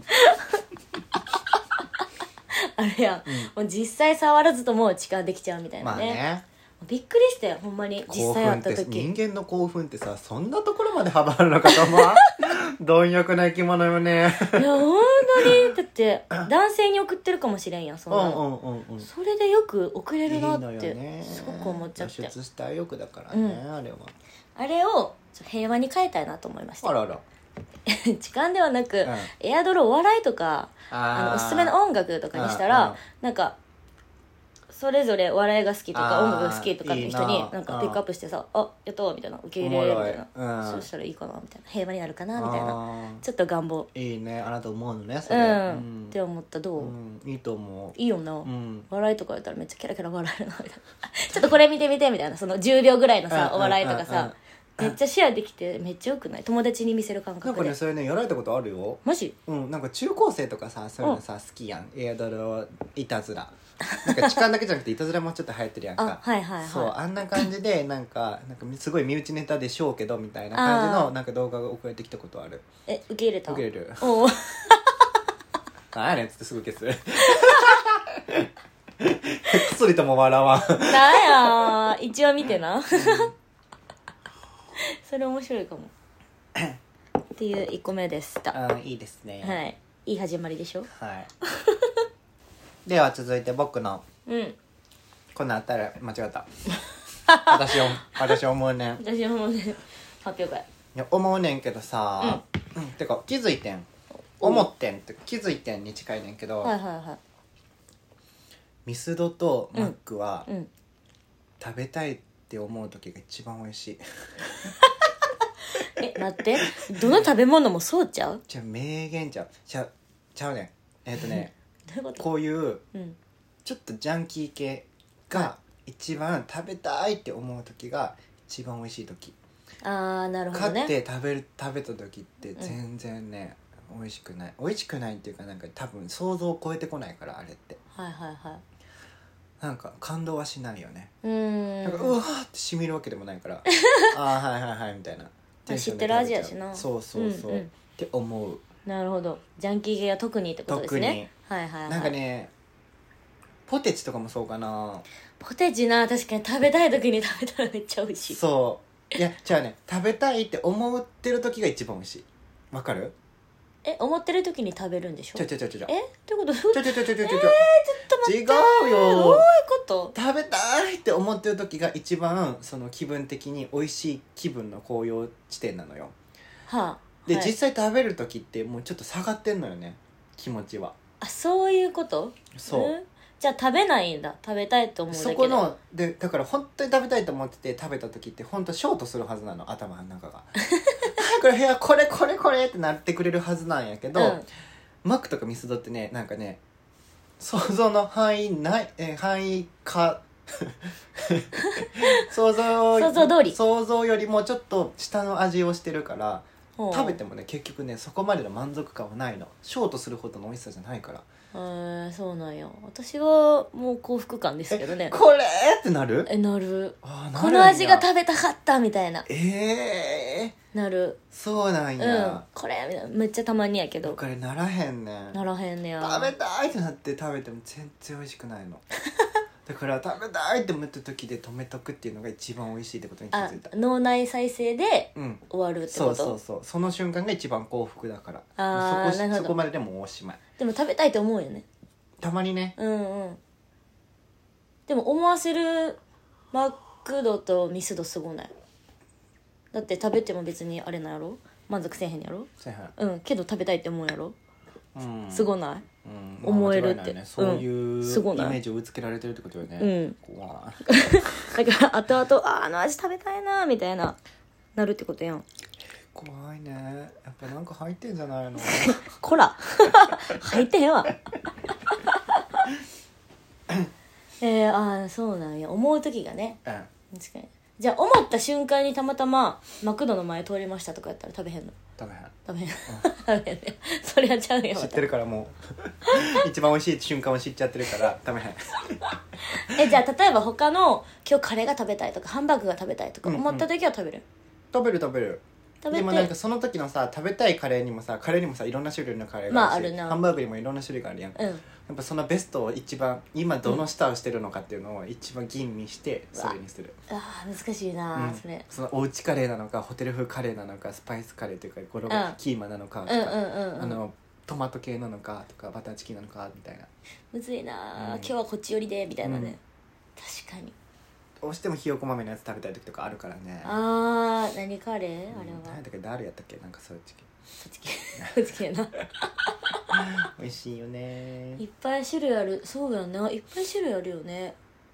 [SPEAKER 2] あれや、うん、もう実際触らずとも痴漢できちゃうみたいなね。まあねびっくりしたよほんまに実際会った時。
[SPEAKER 1] 人間の興奮ってさそんなところまで幅あるのかと思う貪欲な生き物よねいや
[SPEAKER 2] ほんとにだって男性に送ってるかもしれんやんそんなの、うんうんうんうん、それでよく送れるなってすごく思っちゃって。
[SPEAKER 1] 脱出したい欲だからね、うん、あれは
[SPEAKER 2] あれを平和に変えたいなと思いました。
[SPEAKER 1] あらあら
[SPEAKER 2] 時間ではなく、うん、エアドロお笑いとかあのおすすめの音楽とかにしたらなんかそれぞれお笑いが好きとか音楽が好きとかって人になんかピックアップしてさあやったみたいな受け入れるみたいな、うん、そうしたらいいかなみたいな平和になるかなみたいなちょっと願望。
[SPEAKER 1] いいねあなた思うのねそれ、
[SPEAKER 2] うんうん、って思った。どう、う
[SPEAKER 1] ん、いいと思う。
[SPEAKER 2] いいよな、うん、笑いとかやったらめっちゃキャラキャラ笑えるなみたいなちょっとこれ見てみてみたいなそのじゅうびょうぐらいのさお笑いとかさめっちゃシェアできてめっちゃよくない？友達に見せる感覚で。
[SPEAKER 1] なんかねそれねやられたことあるよ。
[SPEAKER 2] マジ？
[SPEAKER 1] うんなんか中高生とかさそういうのさ、うん、好きやん。エアドロいたずらなんか痴漢だけじゃなくていたずらもちょっと流行ってるやんか
[SPEAKER 2] あはいはいはい。
[SPEAKER 1] そうあんな感じでなんかなんかすごい身内ネタでしょうけどみたいな感じのなんか動画が送られてきたことある。
[SPEAKER 2] え受け入れた？
[SPEAKER 1] 受け入れる。
[SPEAKER 2] おお
[SPEAKER 1] 何やねんっつってすぐ消すくそりとも笑わん
[SPEAKER 2] なんや一応見てなそれ面白いかもっていういっこめでした。
[SPEAKER 1] あいいですね。
[SPEAKER 2] はいいい始まりでしょ。
[SPEAKER 1] はいでは続いて僕の、
[SPEAKER 2] うん、
[SPEAKER 1] こんなんあったら間違った私を私思うねん
[SPEAKER 2] 私思うねん発表会。
[SPEAKER 1] いや思うねんけどさ、うんうん、てか気づいてん思ってんって気づいてんに近いねんけど、
[SPEAKER 2] はいはいはい、
[SPEAKER 1] ミスドとマックは、
[SPEAKER 2] うんうん、
[SPEAKER 1] 食べたいって思う時が一番美味しい
[SPEAKER 2] え待ってどの食べ物もそうちゃう？
[SPEAKER 1] じゃあ名言ちゃうちゃうちゃうねんえっ、ー、とね
[SPEAKER 2] どういうこと？
[SPEAKER 1] こういう、
[SPEAKER 2] うん、
[SPEAKER 1] ちょっとジャンキー系が一番食べたいって思う時が一番美味しい時。
[SPEAKER 2] あーなるほどね。
[SPEAKER 1] 買って食べる食べた時って全然ね、うん、美味しくない美味しくないっていうかなんか多分想像を超えてこないからあれって
[SPEAKER 2] はいはいはい
[SPEAKER 1] なんか感動はしないよね。
[SPEAKER 2] うーん
[SPEAKER 1] なんかうわーってしみるわけでもないからあーはいはいはいみたいな
[SPEAKER 2] 知ってる味やしな。
[SPEAKER 1] そうそうそう、うんうん、って思う。
[SPEAKER 2] なるほどジャンキー系は特にってことですね。はいはいはい。
[SPEAKER 1] なんかねポテチとかもそうかな。
[SPEAKER 2] ポテチな確かに食べたい時に食べたらめっちゃ美味しい。
[SPEAKER 1] そういやじゃあね食べたいって思ってる時が一番美味しい。わかる？
[SPEAKER 2] え思ってる時に食べるんでしょ？
[SPEAKER 1] ちょちょちょちょ
[SPEAKER 2] えってこと？ちょ
[SPEAKER 1] ちょちょちょちょちょ、えー、ちょっ
[SPEAKER 2] と待って。
[SPEAKER 1] 違うよ。
[SPEAKER 2] どういうこと？
[SPEAKER 1] 食べたいって思ってる時が一番その気分的に美味しい気分の高揚地点なのよ。
[SPEAKER 2] はあ
[SPEAKER 1] で、はい、実際食べる時ってもうちょっと下がってんのよね気持ちは。
[SPEAKER 2] あそういうこと？
[SPEAKER 1] そう、
[SPEAKER 2] うん、じゃあ食べないんだ。食べたいと思うだけで。
[SPEAKER 1] そこのでだから本当に食べたいと思ってて食べた時って本当ショートするはずなの頭の中がこれ部屋これこれこれってなってくれるはずなんやけど、うん、マックとかミスドってねなんかね想像の範囲ないえ範囲か想像
[SPEAKER 2] 想像通り
[SPEAKER 1] 想像よりもちょっと下の味をしてるから食べてもね結局ねそこまでの満足感はないの。ショートするほどの美味しさじゃないから。
[SPEAKER 2] えー、そうなんや。私はもう幸福感ですけどね。
[SPEAKER 1] これってなる？
[SPEAKER 2] えなる。
[SPEAKER 1] あ
[SPEAKER 2] この味が食べたかったみたいな。
[SPEAKER 1] ええー、
[SPEAKER 2] なる。
[SPEAKER 1] そうなんや、
[SPEAKER 2] うん、これめっちゃたまにやけど
[SPEAKER 1] これならへんねん。
[SPEAKER 2] ならへんねや。
[SPEAKER 1] 食べたいってなって食べても全然美味しくないのだから食べたいって思った時で止めとくっていうのが一番美味しいってことに気づいた。
[SPEAKER 2] あ脳内再生で終わるってこと、
[SPEAKER 1] うん、そうそうそうその瞬間が一番幸福だから。
[SPEAKER 2] あ
[SPEAKER 1] そこそこまででもおしまい。
[SPEAKER 2] でも食べたいと思うよね
[SPEAKER 1] たまにね。
[SPEAKER 2] うんうん。でも思わせるマクドとミスドすごない？だって食べても別にあれなんやろ満足せえへんやろ。
[SPEAKER 1] せえ
[SPEAKER 2] へん。うんけど食べたいって思うやろ、うん、すごない、
[SPEAKER 1] うん、
[SPEAKER 2] 思えるって、
[SPEAKER 1] ね、そういうイメージをつけられてるってことよね、
[SPEAKER 2] うん、怖いだから後々ああの味食べたいなみたいななるってことやん。
[SPEAKER 1] 怖いね。やっぱなんか入ってんじゃないの
[SPEAKER 2] こら入ってへんわえー、ああそうなんや、思う時がね。
[SPEAKER 1] うん
[SPEAKER 2] 確かに。じゃあ思った瞬間にたまたまマクドの前通りましたとかやったら食べへんの？
[SPEAKER 1] 食べへん。
[SPEAKER 2] 食べへん、食べへんね。それはちゃうよ。
[SPEAKER 1] 知ってるからもう一番美味しい瞬間を知っちゃってるから食べへん。
[SPEAKER 2] え、じゃあ例えば他の今日カレーが食べたいとかハンバーグが食べたいとか思った時は食べる？
[SPEAKER 1] 食べる食べる。
[SPEAKER 2] 食べて
[SPEAKER 1] でもなんかその時のさ食べたいカレーにもさカレーにもさいろんな種類のカレーがあるし、
[SPEAKER 2] まああるな
[SPEAKER 1] ハンバーグにもいろんな種類があるやん、
[SPEAKER 2] うん、
[SPEAKER 1] やっぱそのベストを一番今どの舌をしてるのかっていうのを一番吟味してそれにする。
[SPEAKER 2] あー難しいな、
[SPEAKER 1] うん、
[SPEAKER 2] それ。
[SPEAKER 1] そのおうちカレーなのかホテル風カレーなのかスパイスカレーというかゴロゴロ
[SPEAKER 2] うん
[SPEAKER 1] キーマなのかとか、
[SPEAKER 2] うんうんうんうん、
[SPEAKER 1] あのトマト系なのかとかバターチキンなのかみたいな。
[SPEAKER 2] むずいな、
[SPEAKER 1] うん
[SPEAKER 2] 今日はこっち寄りでみたいなね、
[SPEAKER 1] うん
[SPEAKER 2] 確かに。
[SPEAKER 1] どうしてもひよこ豆のやつ食べたい時とかあるからね。
[SPEAKER 2] あー何カレー、あれは
[SPEAKER 1] 何だっけダールやったっけなんかそういう時期
[SPEAKER 2] そっち系そっち系な。
[SPEAKER 1] 美味しいよね。
[SPEAKER 2] いっぱい種類ある。そうやな、いっぱい種類あるよね。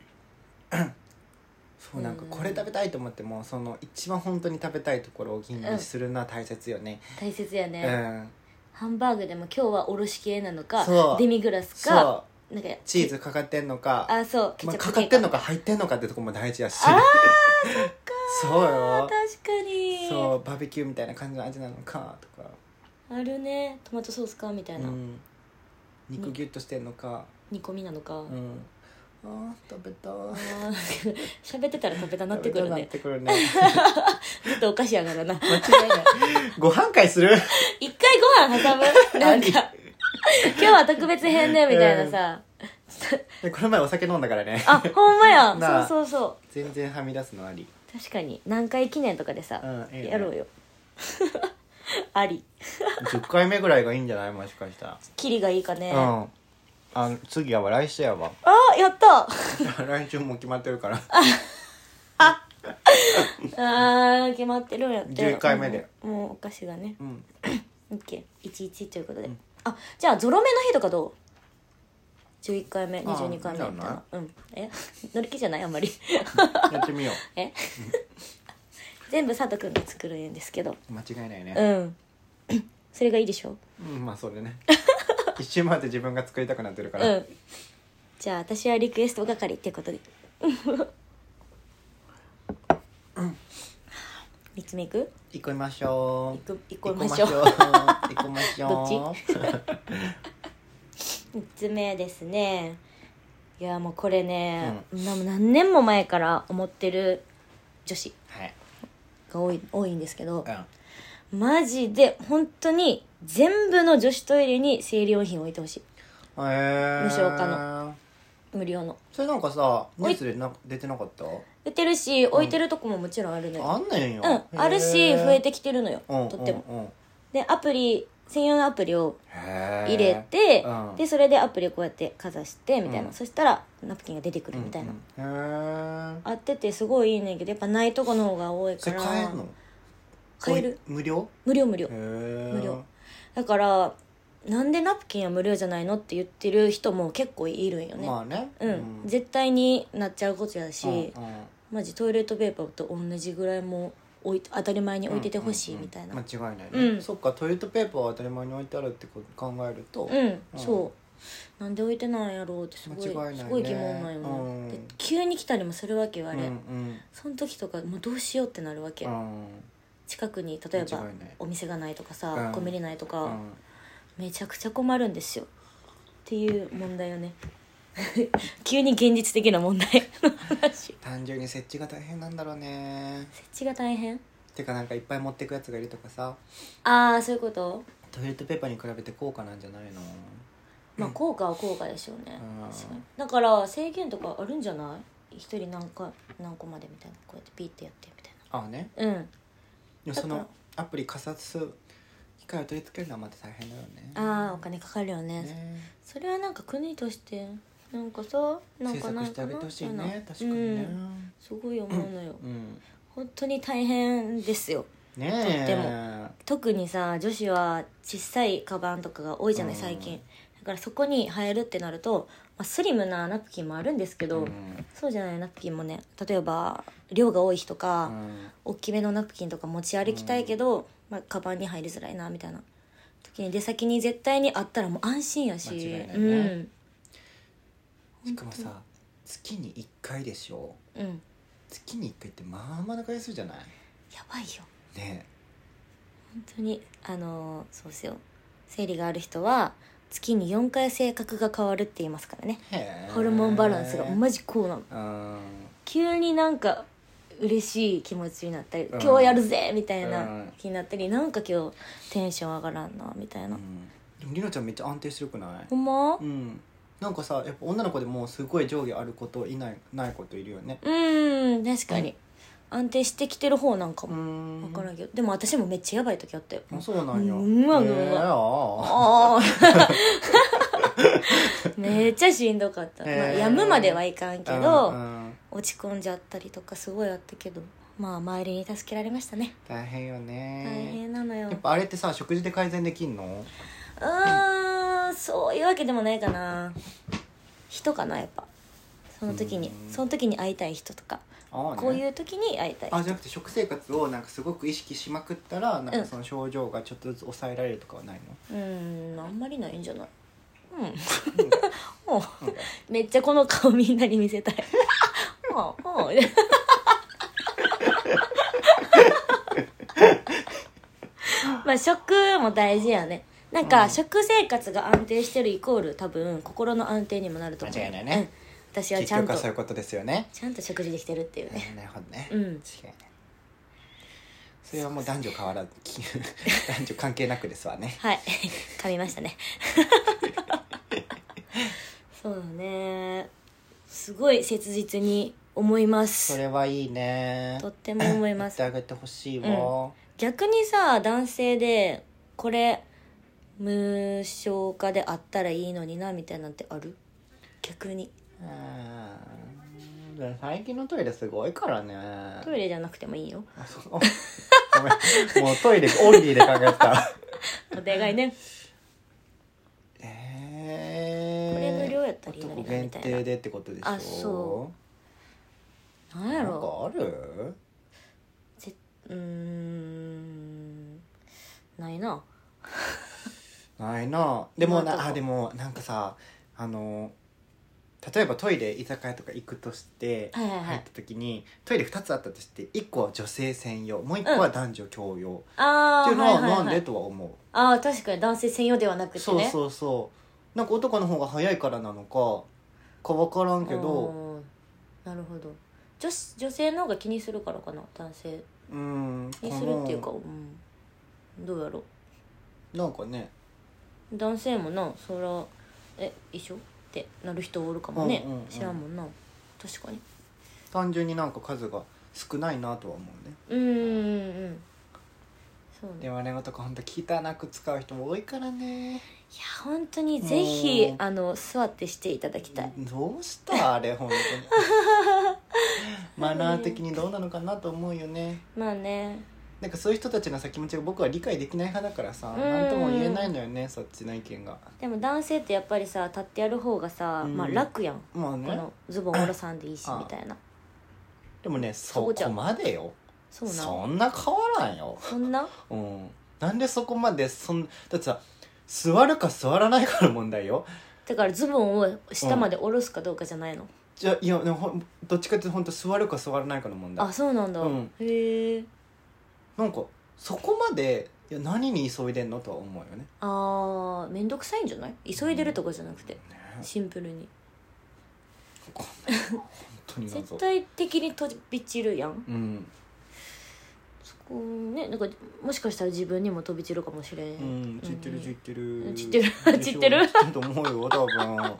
[SPEAKER 1] そうなんかこれ食べたいと思ってもその一番本当に食べたいところを吟味するのは大切よね。
[SPEAKER 2] 大切やね、
[SPEAKER 1] うん
[SPEAKER 2] ハンバーグでも今日はおろし系なのか
[SPEAKER 1] そう
[SPEAKER 2] デミグラス
[SPEAKER 1] そ
[SPEAKER 2] か
[SPEAKER 1] う
[SPEAKER 2] なんか
[SPEAKER 1] チーズかかってんのか
[SPEAKER 2] あそうケチ
[SPEAKER 1] まあ、
[SPEAKER 2] ャップ系
[SPEAKER 1] かかってんのか入ってんのかってとこも大事やし。
[SPEAKER 2] あー
[SPEAKER 1] そうよ。
[SPEAKER 2] 確かに
[SPEAKER 1] そうバーベキューみたいな感じの味なのかとか、
[SPEAKER 2] あるね。トマトソースかみたいな、
[SPEAKER 1] うん、肉ギュッとしてんのか、
[SPEAKER 2] 煮込みなのか、
[SPEAKER 1] うん、あー食べた
[SPEAKER 2] あー喋ってたら食べたなってくる
[SPEAKER 1] なっ
[SPEAKER 2] ね。
[SPEAKER 1] てくるね。
[SPEAKER 2] ずっとお菓子やからな。
[SPEAKER 1] 間違いない。ご飯会する。
[SPEAKER 2] 一回ご飯挟むなんか今日は特別編ねみたいなさ、
[SPEAKER 1] でこの前お酒飲んだからね。
[SPEAKER 2] あほんまや
[SPEAKER 1] なあ
[SPEAKER 2] そうそうそう、
[SPEAKER 1] 全然はみ出すのあり。
[SPEAKER 2] 確かに何回記念とかでさ、
[SPEAKER 1] うんいいね
[SPEAKER 2] やろうよ。あり
[SPEAKER 1] じゅっかいめぐらいがいいんじゃないもしかしたら。
[SPEAKER 2] キリがいいかね、
[SPEAKER 1] うん。あの次やわ来週やわ。
[SPEAKER 2] あやった
[SPEAKER 1] 来週も決まってるから。
[SPEAKER 2] あー決まってるんやって
[SPEAKER 1] じゅっかいめで
[SPEAKER 2] もうもうお菓子がね
[SPEAKER 1] うん。
[SPEAKER 2] オッケーいちいちということで、
[SPEAKER 1] うん
[SPEAKER 2] あじゃあゾロ目の日とかどう？じゅういっかいめにじゅうにかいめ
[SPEAKER 1] あ
[SPEAKER 2] みたいな。うんえ乗り気じゃないあんまり
[SPEAKER 1] やってみよ
[SPEAKER 2] え全部佐藤くんが作るんですけど、
[SPEAKER 1] う。間違いないね。
[SPEAKER 2] うんそれがいいでしょ。
[SPEAKER 1] うんまあそれね。一周回って自分が作りたくなってるから。
[SPEAKER 2] うんじゃあ私はリクエスト係ってことでみっつめいく
[SPEAKER 1] 行きましょう。
[SPEAKER 2] 行く行こましょう
[SPEAKER 1] 行きましょう。
[SPEAKER 2] どっちみっつめですね。いやもうこれね、な何年も前から思ってる女子
[SPEAKER 1] はい。
[SPEAKER 2] が多い多いんですけど、
[SPEAKER 1] うん。
[SPEAKER 2] マジで本当に全部の女子トイレに生理用品を置いてほしい。
[SPEAKER 1] えー、
[SPEAKER 2] 無償化の無料の
[SPEAKER 1] それなんかさニュースでな出てなかった？
[SPEAKER 2] 売ってるし、置いてるとこももちろんあるのよ。
[SPEAKER 1] あんねんよ。
[SPEAKER 2] うんあるし増えてきてるのよ、
[SPEAKER 1] うん
[SPEAKER 2] とっても。
[SPEAKER 1] うんうん
[SPEAKER 2] でアプリ専用のアプリを
[SPEAKER 1] へー
[SPEAKER 2] 入れて、
[SPEAKER 1] うん
[SPEAKER 2] でそれでアプリをこうやってかざしてみたいな、
[SPEAKER 1] うん
[SPEAKER 2] そしたらナプキンが出てくるみたいな、
[SPEAKER 1] うんうんへー
[SPEAKER 2] あっててすごいいいねんけどやっぱないとこの方が多い
[SPEAKER 1] それ
[SPEAKER 2] から。
[SPEAKER 1] 買えんの？
[SPEAKER 2] 買える
[SPEAKER 1] 無料？
[SPEAKER 2] 無料無料
[SPEAKER 1] へー
[SPEAKER 2] 無料だからなんでナプキンは無料じゃないのって言ってる人も結構いるんよね、
[SPEAKER 1] まあね
[SPEAKER 2] うん、絶対になっちゃうことやし、
[SPEAKER 1] うんうん
[SPEAKER 2] マジトイレットペーパーと同じぐらいもう置い当たり前に置いててほしいみたいな。
[SPEAKER 1] うんうんうん間違いないね、
[SPEAKER 2] うん
[SPEAKER 1] そっかトイレットペーパーは当たり前に置いてあるってこと考えると
[SPEAKER 2] うん、そうなんで置いてないんやろうってすごい
[SPEAKER 1] 間違いないね
[SPEAKER 2] すごい疑問なんよね、
[SPEAKER 1] うん
[SPEAKER 2] で急に来たりもするわけよあれ、
[SPEAKER 1] うんうん
[SPEAKER 2] その時とかもうどうしようってなるわけ、
[SPEAKER 1] うん
[SPEAKER 2] 近くに例えば
[SPEAKER 1] 間違いない
[SPEAKER 2] お店がないとかさ、
[SPEAKER 1] うん
[SPEAKER 2] コンビニないとか、
[SPEAKER 1] うん
[SPEAKER 2] めちゃくちゃ困るんですよっていう問題よね急に現実的な問題の話。
[SPEAKER 1] 単純に設置が大変なんだろうね。
[SPEAKER 2] 設置が大変。
[SPEAKER 1] てかなんかいっぱい持ってくやつがいるとかさ
[SPEAKER 2] ああそういうこと。
[SPEAKER 1] トイレットペーパーに比べて高価なんじゃないの？
[SPEAKER 2] まあ効果は効果でしょうね、
[SPEAKER 1] うん
[SPEAKER 2] 確かに。だから制限とかあるんじゃない？一人何か何個までみたいな、こうやってピーってやってみたい
[SPEAKER 1] ああね
[SPEAKER 2] な。うん
[SPEAKER 1] でもそ
[SPEAKER 2] だから
[SPEAKER 1] のアプリかさす機械を取り付けるのはまた大変だよね。
[SPEAKER 2] ああお金かかるよね。
[SPEAKER 1] ね
[SPEAKER 2] それはなんか国としてなんかさなん
[SPEAKER 1] 制
[SPEAKER 2] かなんかな
[SPEAKER 1] 作してあげてほしいね
[SPEAKER 2] みたいな
[SPEAKER 1] 確かにね
[SPEAKER 2] うん、すごい思うのよ、
[SPEAKER 1] うん
[SPEAKER 2] 本当に大変ですよ。
[SPEAKER 1] ねえ
[SPEAKER 2] とっても特にさ女子は小さいカバンとかが多いじゃない
[SPEAKER 1] うん
[SPEAKER 2] 最近。だからそこに入るってなると、まあ、スリムなナプキンもあるんですけど、
[SPEAKER 1] うん
[SPEAKER 2] そうじゃないナプキンもね、例えば量が多い日とか、
[SPEAKER 1] うん
[SPEAKER 2] 大きめのナプキンとか持ち歩きたいけど、まあ、カバンに入りづらいなみたいな時に出先に絶対にあったらもう安心やし、
[SPEAKER 1] 間違いないね
[SPEAKER 2] うん、
[SPEAKER 1] しかもさ月にいっかいでしょ。
[SPEAKER 2] うん
[SPEAKER 1] 月にいっかいってまあまあな回数じゃない？
[SPEAKER 2] やばいよ
[SPEAKER 1] ね。
[SPEAKER 2] 本当にあのそうですよ、生理がある人は月によんかい性格が変わるって言いますからね。ホルモンバランスがマジこうなの。
[SPEAKER 1] うん
[SPEAKER 2] 急になんか嬉しい気持ちになったり、うん、今日やるぜみたいな気になったり、なんか今日テンション上がらんなみたいな、うん、
[SPEAKER 1] でもりのちゃんめっちゃ安定してるくない？
[SPEAKER 2] ほんま？
[SPEAKER 1] うんなんかさやっぱ女の子でもすごい上下あることいないないこといるよね。
[SPEAKER 2] うん確かに、うん、安定してきてる方なんかも分からんけど、でも私もめっちゃやばい時あったよ。
[SPEAKER 1] あそうなんや。
[SPEAKER 2] うんわうんわ、えー、めっちゃしんどかった、えーまあ、やむまではいかんけど、うんうん、落ち込んじゃったりとかすごいあったけど、まあ周りに助けられましたね。
[SPEAKER 1] 大変よね。
[SPEAKER 2] 大変なのよ。
[SPEAKER 1] やっぱあれってさ食事で改善できんの？
[SPEAKER 2] うーんそういうわけでもないかな。人かなやっぱその時にその時に会いたい人とか、あ、ね、こういう時に会いたい人。
[SPEAKER 1] あじゃなくて食生活をなんかすごく意識しまくったらなんかその症状がちょっとずつ抑えられるとかはないの？
[SPEAKER 2] うんあんまりないんじゃない。うん、うん、めっちゃこの顔みんなに見せたいまあ食も大事やね。なんか食生活が安定してるイコール多分心の安定にもなると思う。
[SPEAKER 1] 間違いないね、
[SPEAKER 2] うん、私はちゃんと
[SPEAKER 1] 結局はそういうことですよね。
[SPEAKER 2] ちゃんと食事できてるっていうね。
[SPEAKER 1] なるほどね、
[SPEAKER 2] うん、違い
[SPEAKER 1] ない。それはもう男女変わらず男女関係なくですわね。
[SPEAKER 2] はい噛みましたねそうだね、すごい切実に思います。
[SPEAKER 1] それはいいね、
[SPEAKER 2] とっても思います。
[SPEAKER 1] 言ってあげてほしいわ、
[SPEAKER 2] うん、逆にさ男性でこれ無償化であったらいいのになみたいなんてある？逆に。
[SPEAKER 1] うん、最近のトイレすごいからね。
[SPEAKER 2] トイレじゃなくてもいいよ。
[SPEAKER 1] あそうごめんもうトイレオンリーで考えた
[SPEAKER 2] お願いね。
[SPEAKER 1] えー、
[SPEAKER 2] これ無料やったらいいのになみたいな。
[SPEAKER 1] 男限定でってことでしょ。
[SPEAKER 2] あそうなんやろ。
[SPEAKER 1] なんかある？
[SPEAKER 2] ぜうーんないな
[SPEAKER 1] ないな。でもなあでもなんかさあの例えばトイレ居酒屋とか行くとして
[SPEAKER 2] はいはいはい
[SPEAKER 1] 入った時にトイレふたつあったとしていっこは女性専用もういっこは男女共用、うん、って
[SPEAKER 2] あ
[SPEAKER 1] いうのは
[SPEAKER 2] はいはいはい、
[SPEAKER 1] なんでとは思う。
[SPEAKER 2] あ確かに男性専用ではなくてね。
[SPEAKER 1] そうそうそうなんか男の方が早いからなのかか分からんけど。
[SPEAKER 2] なるほど。 女, 女性の方が気にするからかな男性
[SPEAKER 1] うん
[SPEAKER 2] にするっていうか、うん、どうやろ
[SPEAKER 1] うなんかね
[SPEAKER 2] 男性もなそらえ一緒ってなる人おるかもね、うんうんうん、知らんもんな。確かに
[SPEAKER 1] 単純になんか数が少ないなとは思うね。
[SPEAKER 2] うんうんうんそうね。
[SPEAKER 1] 電話電話とか本当汚く使う人も多いからね。
[SPEAKER 2] いや本当にぜひあの座ってしていただきたい。
[SPEAKER 1] どうしたあれ本当にマナー的にどうなのかなと思うよね。
[SPEAKER 2] まあね
[SPEAKER 1] なんかそういう人たちのさ気持ちが僕は理解できない派だからさ何とも言えないのよねそっちの意見が。
[SPEAKER 2] でも男性ってやっぱりさ立ってやる方がさ、まあ、楽やん、
[SPEAKER 1] まあね、
[SPEAKER 2] このズボン下ろさんでいいしみたいな。
[SPEAKER 1] でもねそこまでよ。
[SPEAKER 2] そうな
[SPEAKER 1] そんな変わらんよ。
[SPEAKER 2] そんな
[SPEAKER 1] うんなんでそこまでそんだってさ座るか座らないかの問題よ。
[SPEAKER 2] だからズボンを下まで下ろすかどうかじゃないの、うん、
[SPEAKER 1] じゃいやでもどっちかっていうと本当座るか座らないかの問題。
[SPEAKER 2] あそうなんだ、うん、へえ。
[SPEAKER 1] なんかそこまでいや何に急いでんのとは思うよね。
[SPEAKER 2] あーめんどくさいんじゃない？急いでるとかじゃなくて、うんね、シンプルに
[SPEAKER 1] 本当に
[SPEAKER 2] 絶対的に飛び散るやん、
[SPEAKER 1] うん、
[SPEAKER 2] そこねなんかもしかしたら自分にも飛び散るかもしれん。
[SPEAKER 1] うん散ってる散ってる、
[SPEAKER 2] うん、散ってる散ってる
[SPEAKER 1] 散ってると思うよ多分あ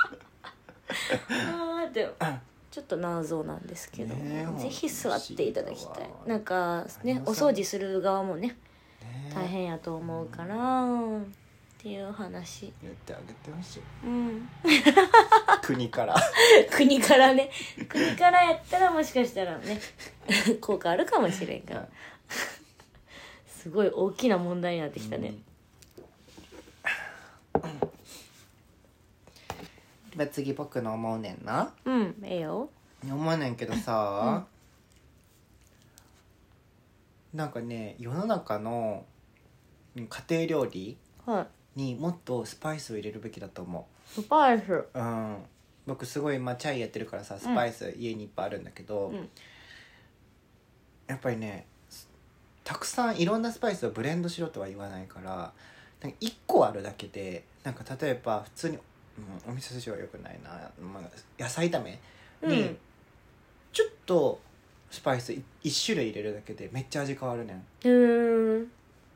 [SPEAKER 2] ーでもちょっと謎なんですけど、ね、ぜひ座っていただきたい。なんかねお掃除する側もね、ね大変やと思うから、うん、っていう話
[SPEAKER 1] 言ってあげてほしい、
[SPEAKER 2] うん、
[SPEAKER 1] 国から
[SPEAKER 2] 国からね国からやったらもしかしたらね効果あるかもしれんからすごい大きな問題になってきたね、
[SPEAKER 1] うん、次僕の思うねんな。
[SPEAKER 2] うんええよ。
[SPEAKER 1] 思わねんけどさ、うん、なんかね世の中の家庭料理にもっとスパイスを入れるべきだと思
[SPEAKER 2] う。スパイス
[SPEAKER 1] うん僕すごい、まあ、チャイやってるからさスパイス家にいっぱいあるんだけど、うん、やっぱりねたくさんいろんなスパイスをブレンドしろとは言わないからなんかいっこあるだけでなんか例えば普通に、うん、お味噌汁はよくないな、まあ、野菜炒めにちょっとスパイスいっ種類入れるだけでめっちゃ味変わるねん。
[SPEAKER 2] うん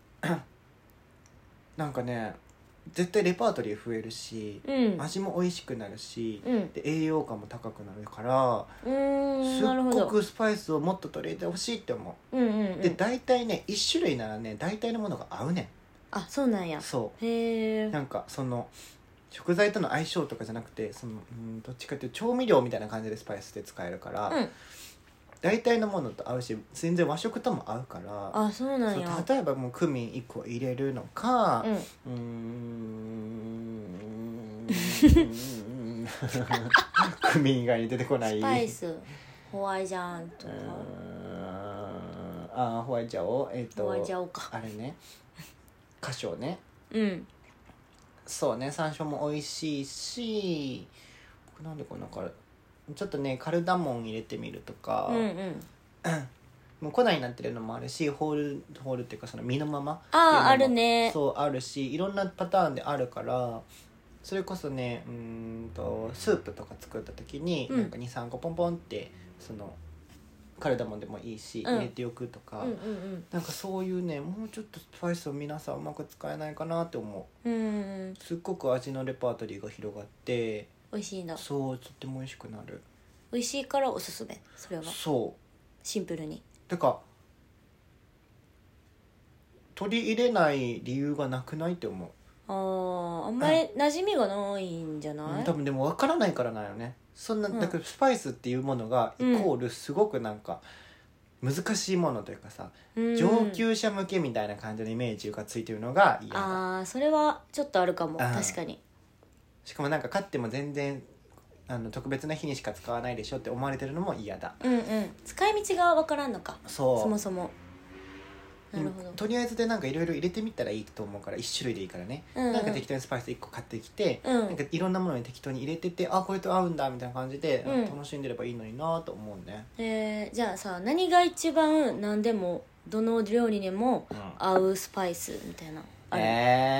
[SPEAKER 1] なんかね絶対レパートリー増えるし、
[SPEAKER 2] うん、
[SPEAKER 1] 味も美味しくなるし、
[SPEAKER 2] うん、
[SPEAKER 1] で栄養価も高くなるから
[SPEAKER 2] うーん
[SPEAKER 1] すっごくスパイスをもっと取り入れてほしいって思
[SPEAKER 2] う、うんうんうん、
[SPEAKER 1] で大体ねいっ種類ならね大体のものが合うねん。
[SPEAKER 2] あ、そうなんや。
[SPEAKER 1] そう
[SPEAKER 2] へえ。
[SPEAKER 1] なんかその食材との相性とかじゃなくてそのうんどっちかっていうと調味料みたいな感じでスパイスで使えるから、うん、大体のものと合うし全然和食とも合うから。
[SPEAKER 2] あ、そうなんや。
[SPEAKER 1] 例えばもうクミンいっこ入れるのか、うん、うーんクミン以外に出てこない
[SPEAKER 2] スパイスホワイジャンとか
[SPEAKER 1] あホワイジャオえっ、ー、と
[SPEAKER 2] ホワイジャオか
[SPEAKER 1] あれね花椒ね、
[SPEAKER 2] うん、
[SPEAKER 1] そうね山椒も美味しいしなんでこんなからちょっとねカルダモン入れてみるとか、
[SPEAKER 2] うんうん
[SPEAKER 1] もう粉になってるのもあるしホールホールっていうかその実のまま
[SPEAKER 2] ああるね
[SPEAKER 1] そうあるしいろんなパターンであるからそれこそねうーんとスープとか作った時に、うん、なんか にさんこポンポンってそのカルダモンでもいいし、うん、入れておくとか、
[SPEAKER 2] うんうんうん、
[SPEAKER 1] なんかそういうねもうちょっとスパイスを皆さんうまく使えないかなって思
[SPEAKER 2] う、うん、
[SPEAKER 1] すっごく味のレパートリーが広がって
[SPEAKER 2] 美味しいんだ。
[SPEAKER 1] そうとっても美味しくなる。
[SPEAKER 2] 美味しいからおすすめ。それは
[SPEAKER 1] そう
[SPEAKER 2] シンプルに
[SPEAKER 1] てか取り入れない理由がなくないって思う。
[SPEAKER 2] ああんまり馴染みがないんじゃない、
[SPEAKER 1] うん、多分でも分からないからなんよね。そんな、うん、だからスパイスっていうものがイコールすごくなんか難しいものというかさ、うん、上級者向けみたいな感じのイメージがついてるのが嫌だ。
[SPEAKER 2] ああそれはちょっとあるかも。確かに。
[SPEAKER 1] しかもなんか買っても全然あの特別な日にしか使わないでしょって思われてるのも嫌だ。
[SPEAKER 2] うんうん使い道が分からんのか。
[SPEAKER 1] そう
[SPEAKER 2] そもそもなるほど。
[SPEAKER 1] とりあえずでなんかいろいろ入れてみたらいいと思うからいち種類でいいからね、うんうん、なんか適当にスパイスいっこ買ってきて、うん、なんかいろんなものに適当に入れててあこれと合うんだみたいな感じで、うん、楽しんでればいいのになと思うね。
[SPEAKER 2] えー、じゃあさ何が一番何でもどの料理にも合うスパイスみたいな、うん、ある、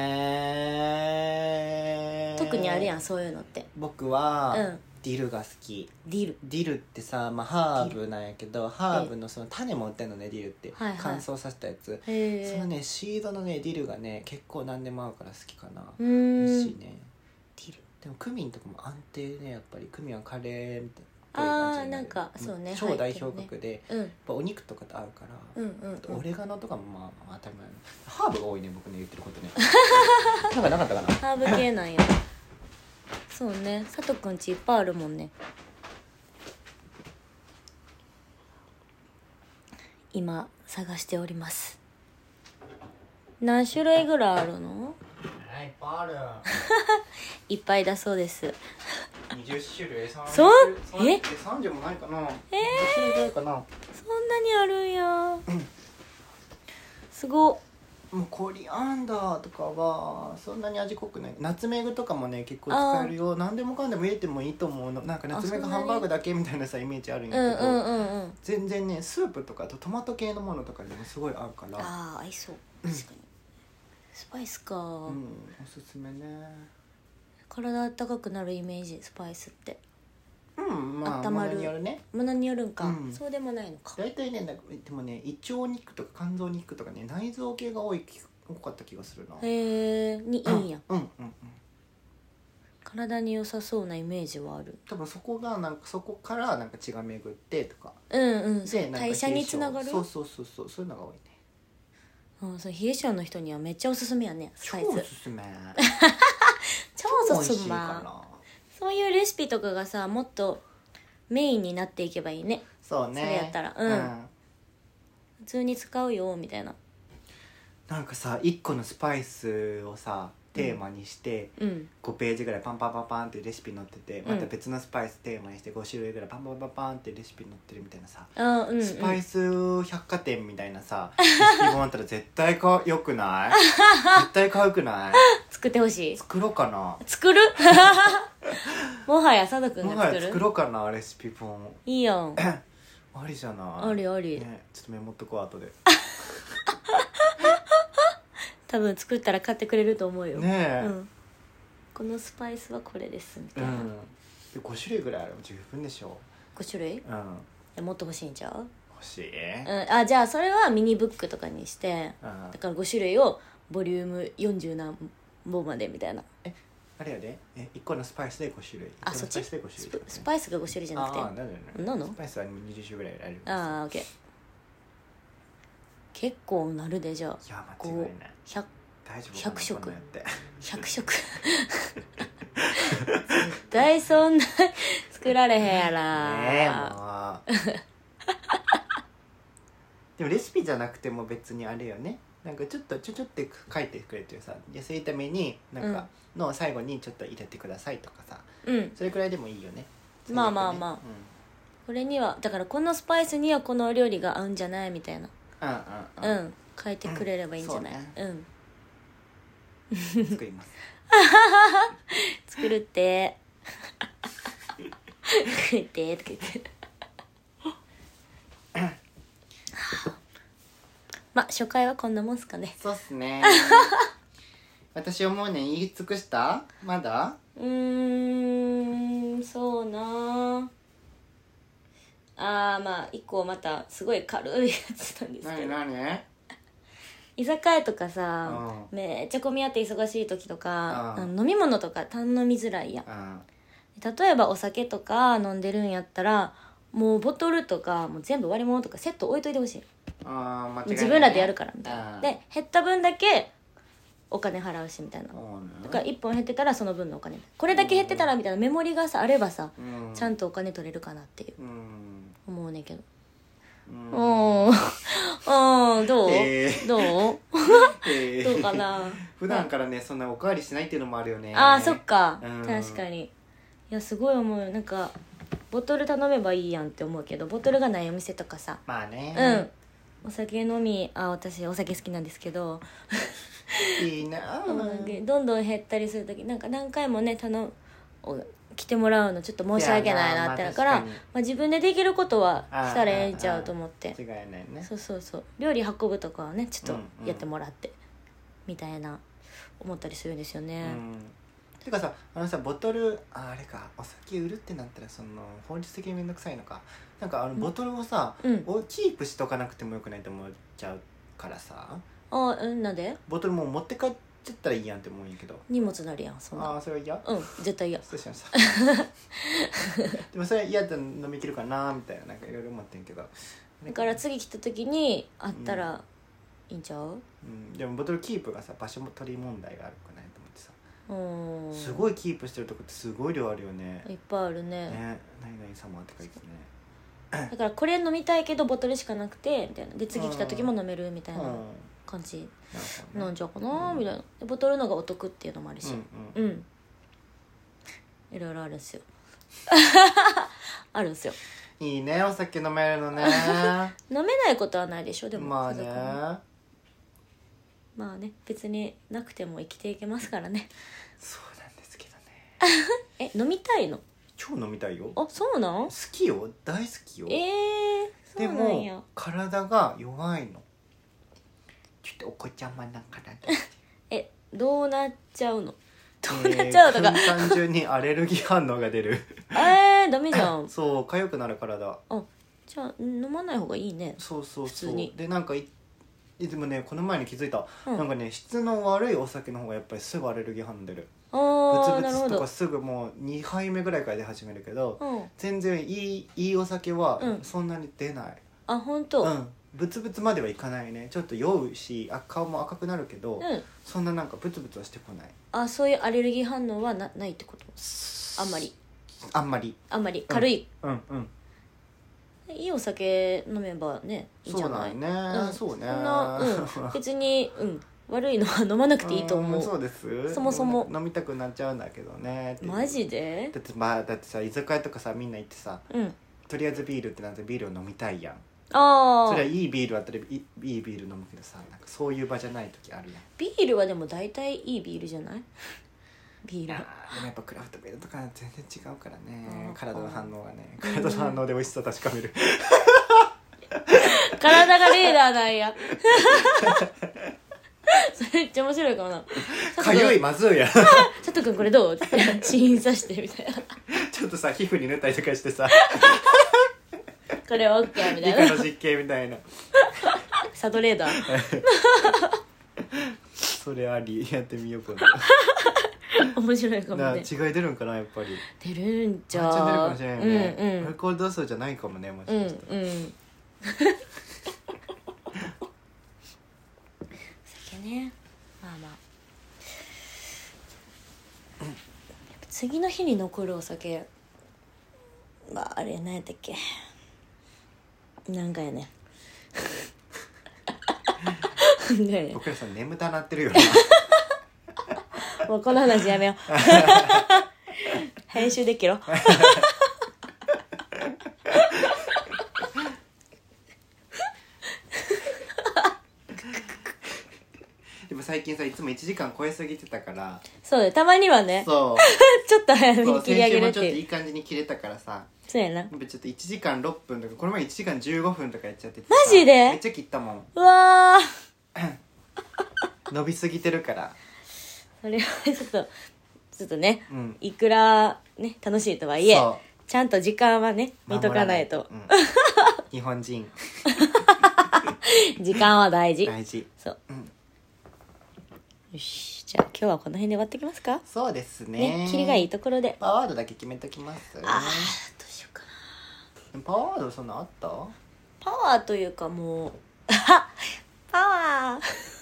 [SPEAKER 1] えー、
[SPEAKER 2] 特にあるやんそういうのって。
[SPEAKER 1] 僕は、うんディルが好き。
[SPEAKER 2] ディル
[SPEAKER 1] ディルってさ、まあ、ハーブなんやけどハーブのその種も売ってんのねディルって、はいはい、乾燥させたやつ。そのねシードのねディルがね結構何でも合うから好きかな。美味しいね
[SPEAKER 2] ディル。
[SPEAKER 1] でもクミンとかも安定ねやっぱりクミンはカレーみたいな
[SPEAKER 2] あーなんかそうね
[SPEAKER 1] 超代表格で、ねうん、やっぱお肉とかと合うから、
[SPEAKER 2] うんうんうん、
[SPEAKER 1] オレガノとかもまあ当たり前のハーブが多いね僕ね言ってることねなんかなかったかな
[SPEAKER 2] ハーブ系なんやそうね佐藤くんちいっぱいあるもんね。今探しております。何種類ぐらいあるの？
[SPEAKER 1] いっぱいある
[SPEAKER 2] いっぱいだそうです。
[SPEAKER 1] にじゅっしゅるい。
[SPEAKER 2] そう
[SPEAKER 1] えさんじゅうもないかな。
[SPEAKER 2] えー、
[SPEAKER 1] 種類ぐらいかな。
[SPEAKER 2] そんなにあるんや、うん、すごっ。
[SPEAKER 1] もうコリアンダーとかはそんなに味濃くない。ナツメグとかもね結構使えるよ。何でもかんでも入れてもいいと思うの。なんかナツメグハンバーグだけみたいなさイメージあるんやけど、
[SPEAKER 2] うんうんうんうん、
[SPEAKER 1] 全然ねスープとかとトマト系のものとかでもすごい合うから。
[SPEAKER 2] ああ合いそう確かに、うん、スパイスか、うん、お
[SPEAKER 1] すすめね。
[SPEAKER 2] 体あったかくなるイメージスパイスって。
[SPEAKER 1] うんまあ温まるものによるね。
[SPEAKER 2] ものによるんか、うん、そうでもないのか。
[SPEAKER 1] 大体ねでもね胃腸肉とか肝臓肉とかね内臓系が多い多かった気がするな。
[SPEAKER 2] へえにいいんや、
[SPEAKER 1] うん、うんうんうん
[SPEAKER 2] 体に良さそうなイメージはある。
[SPEAKER 1] 多分そこがなんかそこからなんか血が巡ってとか
[SPEAKER 2] うんうんで代謝につながる。
[SPEAKER 1] そうそうそうそうそういうのが多いね。
[SPEAKER 2] うん、それ冷え性の人にはめっちゃおすすめやねスパイス。
[SPEAKER 1] 超おすすめ
[SPEAKER 2] 超おすすめ。そういうレシピとかがさもっとメインになっていけばいいね。
[SPEAKER 1] そうね
[SPEAKER 2] それやったらうん、うん、普通に使うよみたいな。
[SPEAKER 1] なんかさいっこのスパイスをさテーマにして、うん、ごページぐらいパンパンパンパンってレシピ載ってて、うん、また別のスパイステーマにしてご種類ぐらいパンパンパンパンってレシピ載ってるみたいなさ、うんうん、スパイス百貨店みたいなさレシピ本あったら絶対かよくない絶対買うくない
[SPEAKER 2] 作ってほしい。
[SPEAKER 1] 作ろうかな。
[SPEAKER 2] 作るもはや佐藤くんが作る。もはや
[SPEAKER 1] 作ろうかなレシピ本。
[SPEAKER 2] いいやん
[SPEAKER 1] ありじゃない。
[SPEAKER 2] ありあり、
[SPEAKER 1] ね、ちょっとメモっとこう後で
[SPEAKER 2] 多分作ったら買ってくれると思うよ
[SPEAKER 1] ねえ、
[SPEAKER 2] うん、このスパイスはこれですみたいな、うん、
[SPEAKER 1] ご種類ぐらいあれば十分でしょ。
[SPEAKER 2] ご種類、うん、もっと欲しいんちゃう。
[SPEAKER 1] 欲しい、
[SPEAKER 2] うん、あじゃあそれはミニブックとかにして、うん、だからご種類をボリュームよんじゅう何本までみたいな。
[SPEAKER 1] えあれやで、えいっこのスパイスでご種類。
[SPEAKER 2] あそっち。
[SPEAKER 1] スパイスでご種類、ね、
[SPEAKER 2] スパイスがご種類じゃなくて。
[SPEAKER 1] ああなんだよね。
[SPEAKER 2] なの
[SPEAKER 1] スパイスはにじゅう種ぐらいある。
[SPEAKER 2] ああオッケー。結構なるでじゃあ。
[SPEAKER 1] いや間違いない。
[SPEAKER 2] ひゃく
[SPEAKER 1] 大丈夫。
[SPEAKER 2] ひゃく食ひゃく食絶対そんな作られへんやら
[SPEAKER 1] ねえもうでもレシピじゃなくても別にあれよね、なんかちょっとちょちょって書いてくれてるさ、安いためになんかの最後にちょっと入れてくださいとかさ、うん、それくらいでもいいよね。
[SPEAKER 2] まあまあまあ、うん、これにはだからこのスパイスにはこのお料理が合うんじゃないみたいな、うんうんうん、うん、書いてくれればいいんじゃない。うん、
[SPEAKER 1] うん、作ります
[SPEAKER 2] 作るって作ってとか言ってまあ初回はこんなもんすかね。
[SPEAKER 1] そうっすね私思うね言い尽くした。まだ
[SPEAKER 2] うーんそうなあ。まあ一個またすごい軽いやつなんですけど、
[SPEAKER 1] 何何
[SPEAKER 2] 居酒屋とかさ、うん、めっちゃ混み合って忙しい時とか、うん、飲み物とか頼みづらいやん、うん、例えばお酒とか飲んでるんやったらもうボトルとかもう全部割り物とかセット置いといてほしい。
[SPEAKER 1] あ間違いない、
[SPEAKER 2] 自分らでやるからみたいな。で減った分だけお金払うしみたいな、だからいっぽん減ってたらその分のお金、これだけ減ってたらみたいなメモリがさあればさ、うん、ちゃんとお金取れるかなっていう、うん、思うねんけど。うんうんどう、えー、どう、えー、どうかな。
[SPEAKER 1] 普段からねそんなおかわりしないっていうのもあるよね。
[SPEAKER 2] あーそっか、うん、確かに。いやすごい思うよ。なんかボトル頼めばいいやんって思うけどボトルがないお店とかさ、
[SPEAKER 1] まあね、
[SPEAKER 2] うん、お酒飲みあ私お酒好きなんですけど
[SPEAKER 1] いいな、
[SPEAKER 2] うん、どんどん減ったりする時なんか何回もね頼む来てもらうのちょっと申し訳ないなってだから、まあ、自分でできることはしたらええんちゃうと思って。
[SPEAKER 1] 違いないね。
[SPEAKER 2] そうそうそう料理運ぶとかはねちょっとやってもらって、うんうん、みたいな思ったりするんですよね、うん、
[SPEAKER 1] てかさあのさボトル あ, あれかお酒売るってなったらその法律的にめんどくさいのかなんかあのボトルをさ、うん、をキープしとかなくてもよくないと思っちゃうからさ。
[SPEAKER 2] あうんなんで
[SPEAKER 1] ボトルもう持って帰ってちゃったらいいやんって思うんやけど
[SPEAKER 2] 荷物なるやんそんな。
[SPEAKER 1] ああそれは嫌。
[SPEAKER 2] うん絶対嫌。
[SPEAKER 1] そうしましたでもそれ嫌で飲み切るかなみたいななんかいろいろ思ってんけど
[SPEAKER 2] だから次来た時にあったらいいんちゃう、うん
[SPEAKER 1] うん、でもボトルキープがさ場所も取り問題があるくないと思ってさ、うんすごいキープしてるとこってすごい量あるよね。
[SPEAKER 2] いっぱいあるね。
[SPEAKER 1] ね何々様って書いてね
[SPEAKER 2] だからこれ飲みたいけどボトルしかなくてみたいなで次来た時も飲めるみたいな感じなんじゃかな、うん、みたいな。でボトルのがお得っていうのもあるし、うん、うんうん、いろいろあるんですよあるんですよ。
[SPEAKER 1] いいねお酒飲めるのね
[SPEAKER 2] 飲めないことはないでしょでも。
[SPEAKER 1] まあね
[SPEAKER 2] まあね別になくても生きていけますからね。
[SPEAKER 1] そうなんですけどね
[SPEAKER 2] え飲みたいの？
[SPEAKER 1] 超飲みたいよ。
[SPEAKER 2] あそうなん？
[SPEAKER 1] 好きよ大好きよ。
[SPEAKER 2] えー、そうなんや。
[SPEAKER 1] でも体が弱いの。ちょっとお子ちゃまだから
[SPEAKER 2] えどうなっちゃうの？どうなっちゃうとか、
[SPEAKER 1] えー、単純にアレルギー反応が出る
[SPEAKER 2] えーダメじゃん
[SPEAKER 1] そう痒くなる体。
[SPEAKER 2] あじゃあ飲まない方がいいね。
[SPEAKER 1] そうそうそう普通に。でなんかいでもねこの前に気づいた、うん、なんかね質の悪いお酒の方がやっぱりすぐアレルギー反応出る。
[SPEAKER 2] あ
[SPEAKER 1] ブツブツとかすぐもうにはいめぐらいから出始めるけど、うん、全然いいいいお酒はそんなに出ない、うん、
[SPEAKER 2] あ本当。
[SPEAKER 1] うんブツブツまではいかないね。ちょっと酔うしあ顔も赤くなるけど、うん、そんななんかブツブツはしてこない。
[SPEAKER 2] あそういうアレルギー反応は な, ないってこと？あんまり
[SPEAKER 1] あんまり
[SPEAKER 2] あんまり軽い、
[SPEAKER 1] うん、うんうん
[SPEAKER 2] いいお酒飲めばねいいじゃない。
[SPEAKER 1] そうだね、うん、そうね
[SPEAKER 2] そんな、うん、別に、うん、 悪いのは飲まなくていいと思う。
[SPEAKER 1] うん、そうです。
[SPEAKER 2] そもそも
[SPEAKER 1] 飲みたくなっちゃうんだけどね。
[SPEAKER 2] マジで？
[SPEAKER 1] だってまあだってさ居酒屋とかさみんな行ってさ、うん、とりあえずビールってなってビールを飲みたいやん。ああ。それはいいビールあったらいい、いいビール飲むけどさ、なんかそういう場じゃない時あるやん。
[SPEAKER 2] ビールはでも大体いいビールじゃない？ビールは。
[SPEAKER 1] でもやっぱクラフトビールとか全然違うからね。体の反応がね、体の反応で美味しさ確かめる。
[SPEAKER 2] 体がレーダーなんや。それめっちゃ面白いかもな。
[SPEAKER 1] かゆいまずいや。
[SPEAKER 2] 佐藤君これどうって試飲させてみたいな。
[SPEAKER 1] ちょっとさ皮膚に塗ったりとかしてさ。
[SPEAKER 2] これは OK みたいな。
[SPEAKER 1] 理科の実験みたいな。
[SPEAKER 2] サドレーダー。
[SPEAKER 1] それありやってみようか
[SPEAKER 2] な。面白いかもね。
[SPEAKER 1] 違い出るんかなやっぱり。
[SPEAKER 2] 出るんじゃ。
[SPEAKER 1] 出るかもしれないね。
[SPEAKER 2] うんうん。
[SPEAKER 1] アルコール度数じゃないかもねもしかしたら。うんうん。
[SPEAKER 2] 酒ね。まあまあ。次の日に残るお酒はあれ何やったっけ。なんかやね。
[SPEAKER 1] 僕らさん眠たなってるよ。
[SPEAKER 2] もうこの話やめよう。編集できろ。
[SPEAKER 1] でも最近さいつもいちじかん超えすぎてたから。
[SPEAKER 2] そうだたまにはね。そうちょっと早めに切り上げるっていう。
[SPEAKER 1] 先週もちょっといい感じに切れたからさ。
[SPEAKER 2] そうやな。
[SPEAKER 1] ちょっといちじかんろっぷんとかこの前いちじかんじゅうごふんとかやっちゃってて
[SPEAKER 2] マジで
[SPEAKER 1] めっちゃ切ったもん。
[SPEAKER 2] うわ
[SPEAKER 1] 伸びすぎてるから。
[SPEAKER 2] それはちょっとちょっとね、うん、いくらね楽しいとはいえちゃんと時間はね見とかないと、うん、
[SPEAKER 1] 日本人
[SPEAKER 2] 時間は大事
[SPEAKER 1] 大事
[SPEAKER 2] そう、うん、よしじゃあ今日はこの辺で終わってきますか。
[SPEAKER 1] そうです ね,
[SPEAKER 2] ね切りがいいところで
[SPEAKER 1] パワードだけ決めときます。
[SPEAKER 2] あーどうしようか
[SPEAKER 1] な。パワードそんなあった？
[SPEAKER 2] パワーというかもうパワー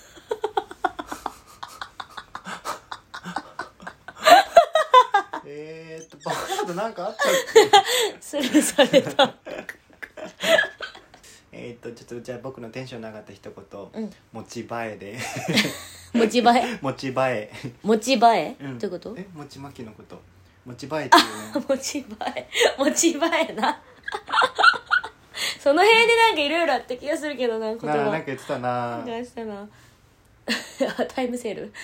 [SPEAKER 1] えーっとパワードなんかあったっ
[SPEAKER 2] けスルーされた
[SPEAKER 1] えっとちょっとじゃあ僕のテンションの上がった一言、うん、持ち映えで
[SPEAKER 2] 持ち映え
[SPEAKER 1] 持ち映え
[SPEAKER 2] 持ち映え、うん、どういうこと？
[SPEAKER 1] え餅巻きのこと持ち映えっていうね。
[SPEAKER 2] 持ち映え持ち映えなその辺でなんかいろいろあった気がするけどな言葉
[SPEAKER 1] ななんか言ってたな
[SPEAKER 2] 言ってたなタイムセール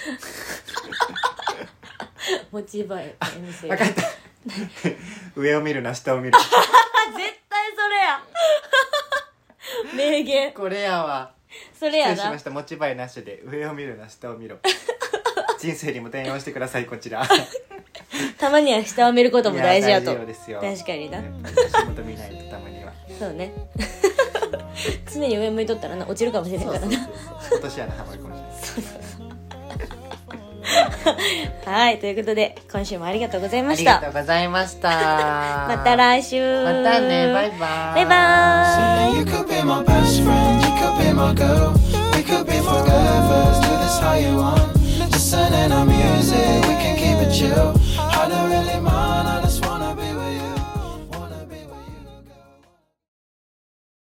[SPEAKER 2] 持ち映えタイムセール
[SPEAKER 1] 分かった上を見るな下を見る
[SPEAKER 2] 絶対それや名言
[SPEAKER 1] これやわ。
[SPEAKER 2] それやな。
[SPEAKER 1] 失礼しました。持ち映えなしで上を見るな下を見ろ人生にも転用してくださいこちら
[SPEAKER 2] たまには下を見ることも大事やと。
[SPEAKER 1] 大事ですよ。
[SPEAKER 2] 確かにな。
[SPEAKER 1] 足元見ないとたまには。
[SPEAKER 2] そうね常に上向いとったらな落ちるかもしれないからな。そうそう
[SPEAKER 1] そう落とし穴はまるかもしれない。そうそう
[SPEAKER 2] はいということで今週もありがとうございました。
[SPEAKER 1] ありがとうございました
[SPEAKER 2] また来週。
[SPEAKER 1] またねバイバイ
[SPEAKER 2] バイバイ。